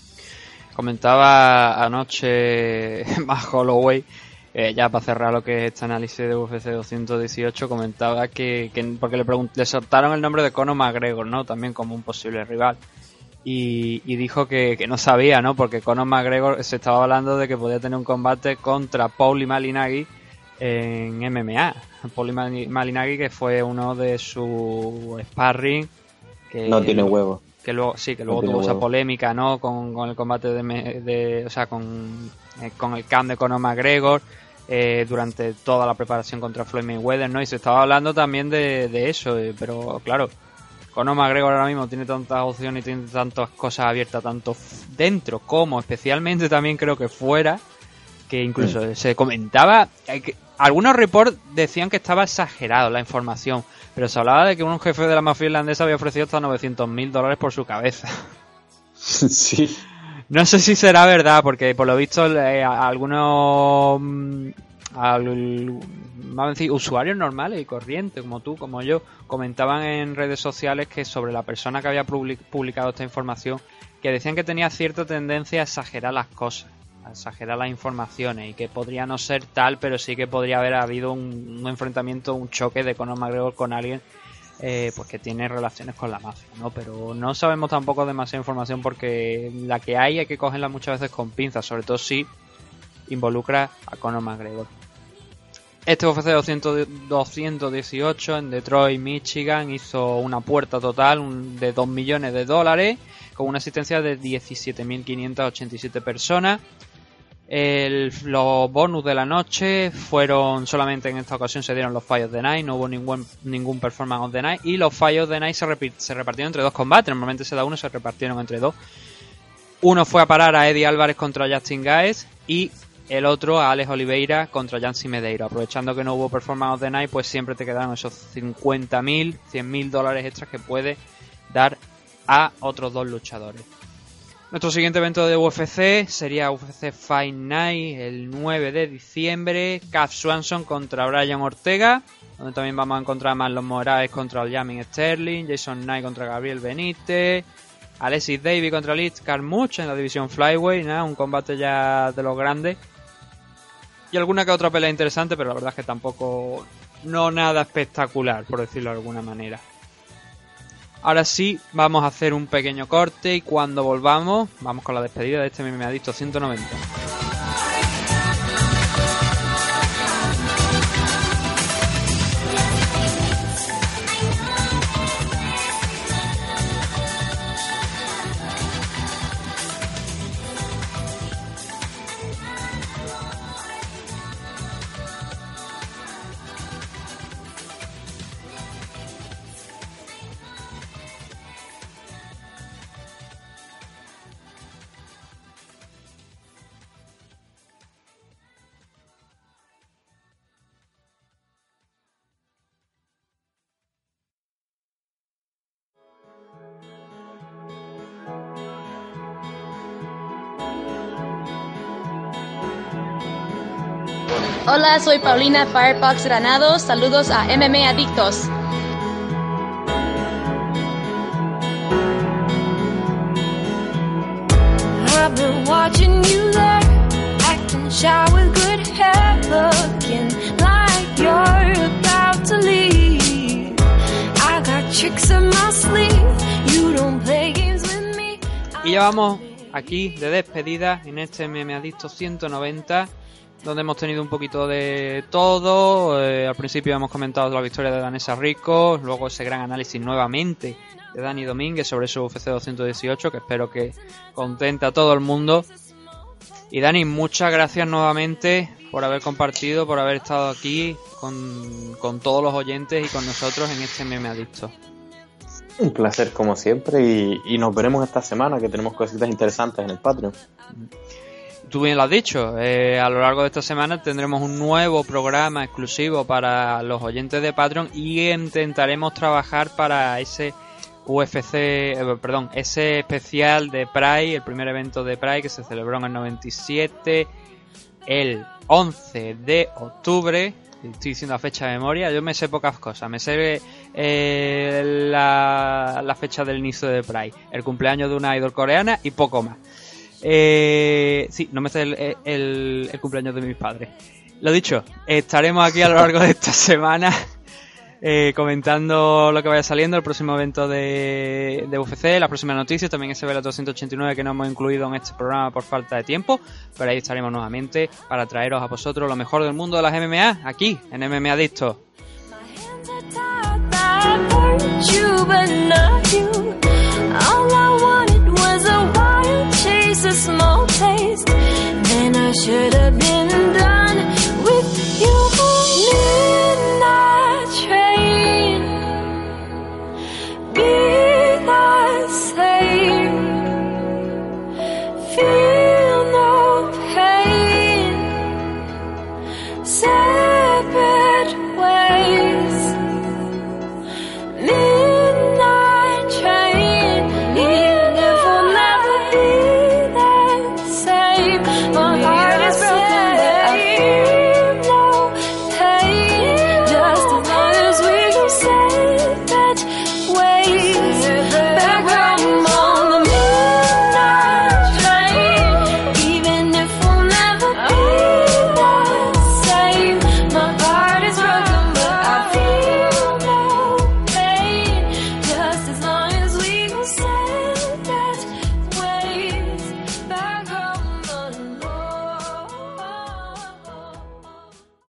Comentaba anoche Max Holloway, ya para cerrar lo que es este análisis de UFC 218, comentaba que porque le soltaron el nombre de Conor McGregor, ¿no? También como un posible rival. y dijo que no sabía, ¿no? Porque Conor McGregor se estaba hablando de que podía tener un combate contra Paulie Malignaggi en MMA. Paulie Malignaggi, que fue uno de sus sparring, que no tiene huevo. Que luego tuvo esa polémica, ¿no? Con el combate o sea, con el camp de Conor McGregor durante toda la preparación contra Floyd Mayweather, ¿no? Y se estaba hablando también de eso, pero claro, Conor McGregor ahora mismo tiene tantas opciones y tiene tantas cosas abiertas, tanto dentro como especialmente también creo que fuera, que incluso se comentaba, algunos reports decían que estaba exagerado la información, pero se hablaba de que un jefe de la mafia irlandesa había ofrecido hasta $900,000 por su cabeza. Sí. No sé si será verdad, porque por lo visto algunos vamos a decir, usuarios normales y corrientes, como tú, como yo, comentaban en redes sociales que sobre la persona que había publicado esta información, que decían que tenía cierta tendencia a exagerar las cosas, a exagerar las informaciones, y que podría no ser tal, pero sí que podría haber habido un enfrentamiento, un choque de Conor McGregor con alguien pues que tiene relaciones con la mafia, ¿no? Pero no sabemos tampoco demasiada información, porque la que hay que cogerla muchas veces con pinzas, sobre todo si involucra a Conor McGregor. Este UFC 218 en Detroit, Michigan, hizo una puerta total de $2 millones con una asistencia de 17.587 personas. Los bonus de la noche fueron, solamente en esta ocasión se dieron los Fight of the Night, no hubo ningún performance of the night, y los Fight of the Night se repartieron entre dos combates. Normalmente se da uno, se repartieron entre dos. Uno fue a parar a Eddie Álvarez contra Justin Gaethje y el otro a Alex Oliveira contra Yancy Medeiros. Aprovechando que no hubo performance of the night, pues siempre te quedaron esos $50,000, $100,000 extras que puede dar a otros dos luchadores. Nuestro siguiente evento de UFC sería UFC Fight Night el 9 de diciembre. Cass Swanson contra Brian Ortega, donde también vamos a encontrar a Marlon Moraes contra Aljamain Sterling, Jason Knight contra Gabriel Benítez, Alexis Davis contra Liz Carmouche en la división Flyweight, ¿no? Un combate ya de los grandes. Y alguna que otra pelea interesante, pero la verdad es que tampoco, no nada espectacular, por decirlo de alguna manera. Ahora sí, vamos a hacer un pequeño corte y cuando volvamos, vamos con la despedida de este MMA Adicto 190. Hola, soy Paulina Firefox Granados. Saludos a MMA Adictos. I've been watching you there, acting shy with good hair, looking like you're about to leave. I got tricks up my sleeve, you don't play games with me. Y ya vamos aquí de despedida en este MMA Adicto 190, donde hemos tenido un poquito de todo. Al principio hemos comentado la victoria de Vanessa Rico, luego ese gran análisis nuevamente de Dani Domínguez sobre su UFC 218, que espero que contente a todo el mundo. Y Dani, muchas gracias nuevamente por haber compartido, por haber estado aquí con todos los oyentes y con nosotros en este MMA Adicto. Un placer como siempre y nos veremos esta semana, que tenemos cositas interesantes en el Patreon. Tú bien lo has dicho, a lo largo de esta semana tendremos un nuevo programa exclusivo para los oyentes de Patreon y intentaremos trabajar para ese ese especial de Pride, el primer evento de Pride que se celebró en el 97, el 11 de octubre. Estoy diciendo la fecha de memoria, yo me sé pocas cosas, me sé la fecha del inicio de Pride, el cumpleaños de una idol coreana y poco más. Sí, no me sé el cumpleaños de mis padres. Lo dicho, estaremos aquí a lo largo de esta semana comentando lo que vaya saliendo, el próximo evento de UFC, las próximas noticias, también ese Bellator 289 que no hemos incluido en este programa por falta de tiempo, pero ahí estaremos nuevamente para traeros a vosotros lo mejor del mundo de las MMA, aquí, en MMA Adictos.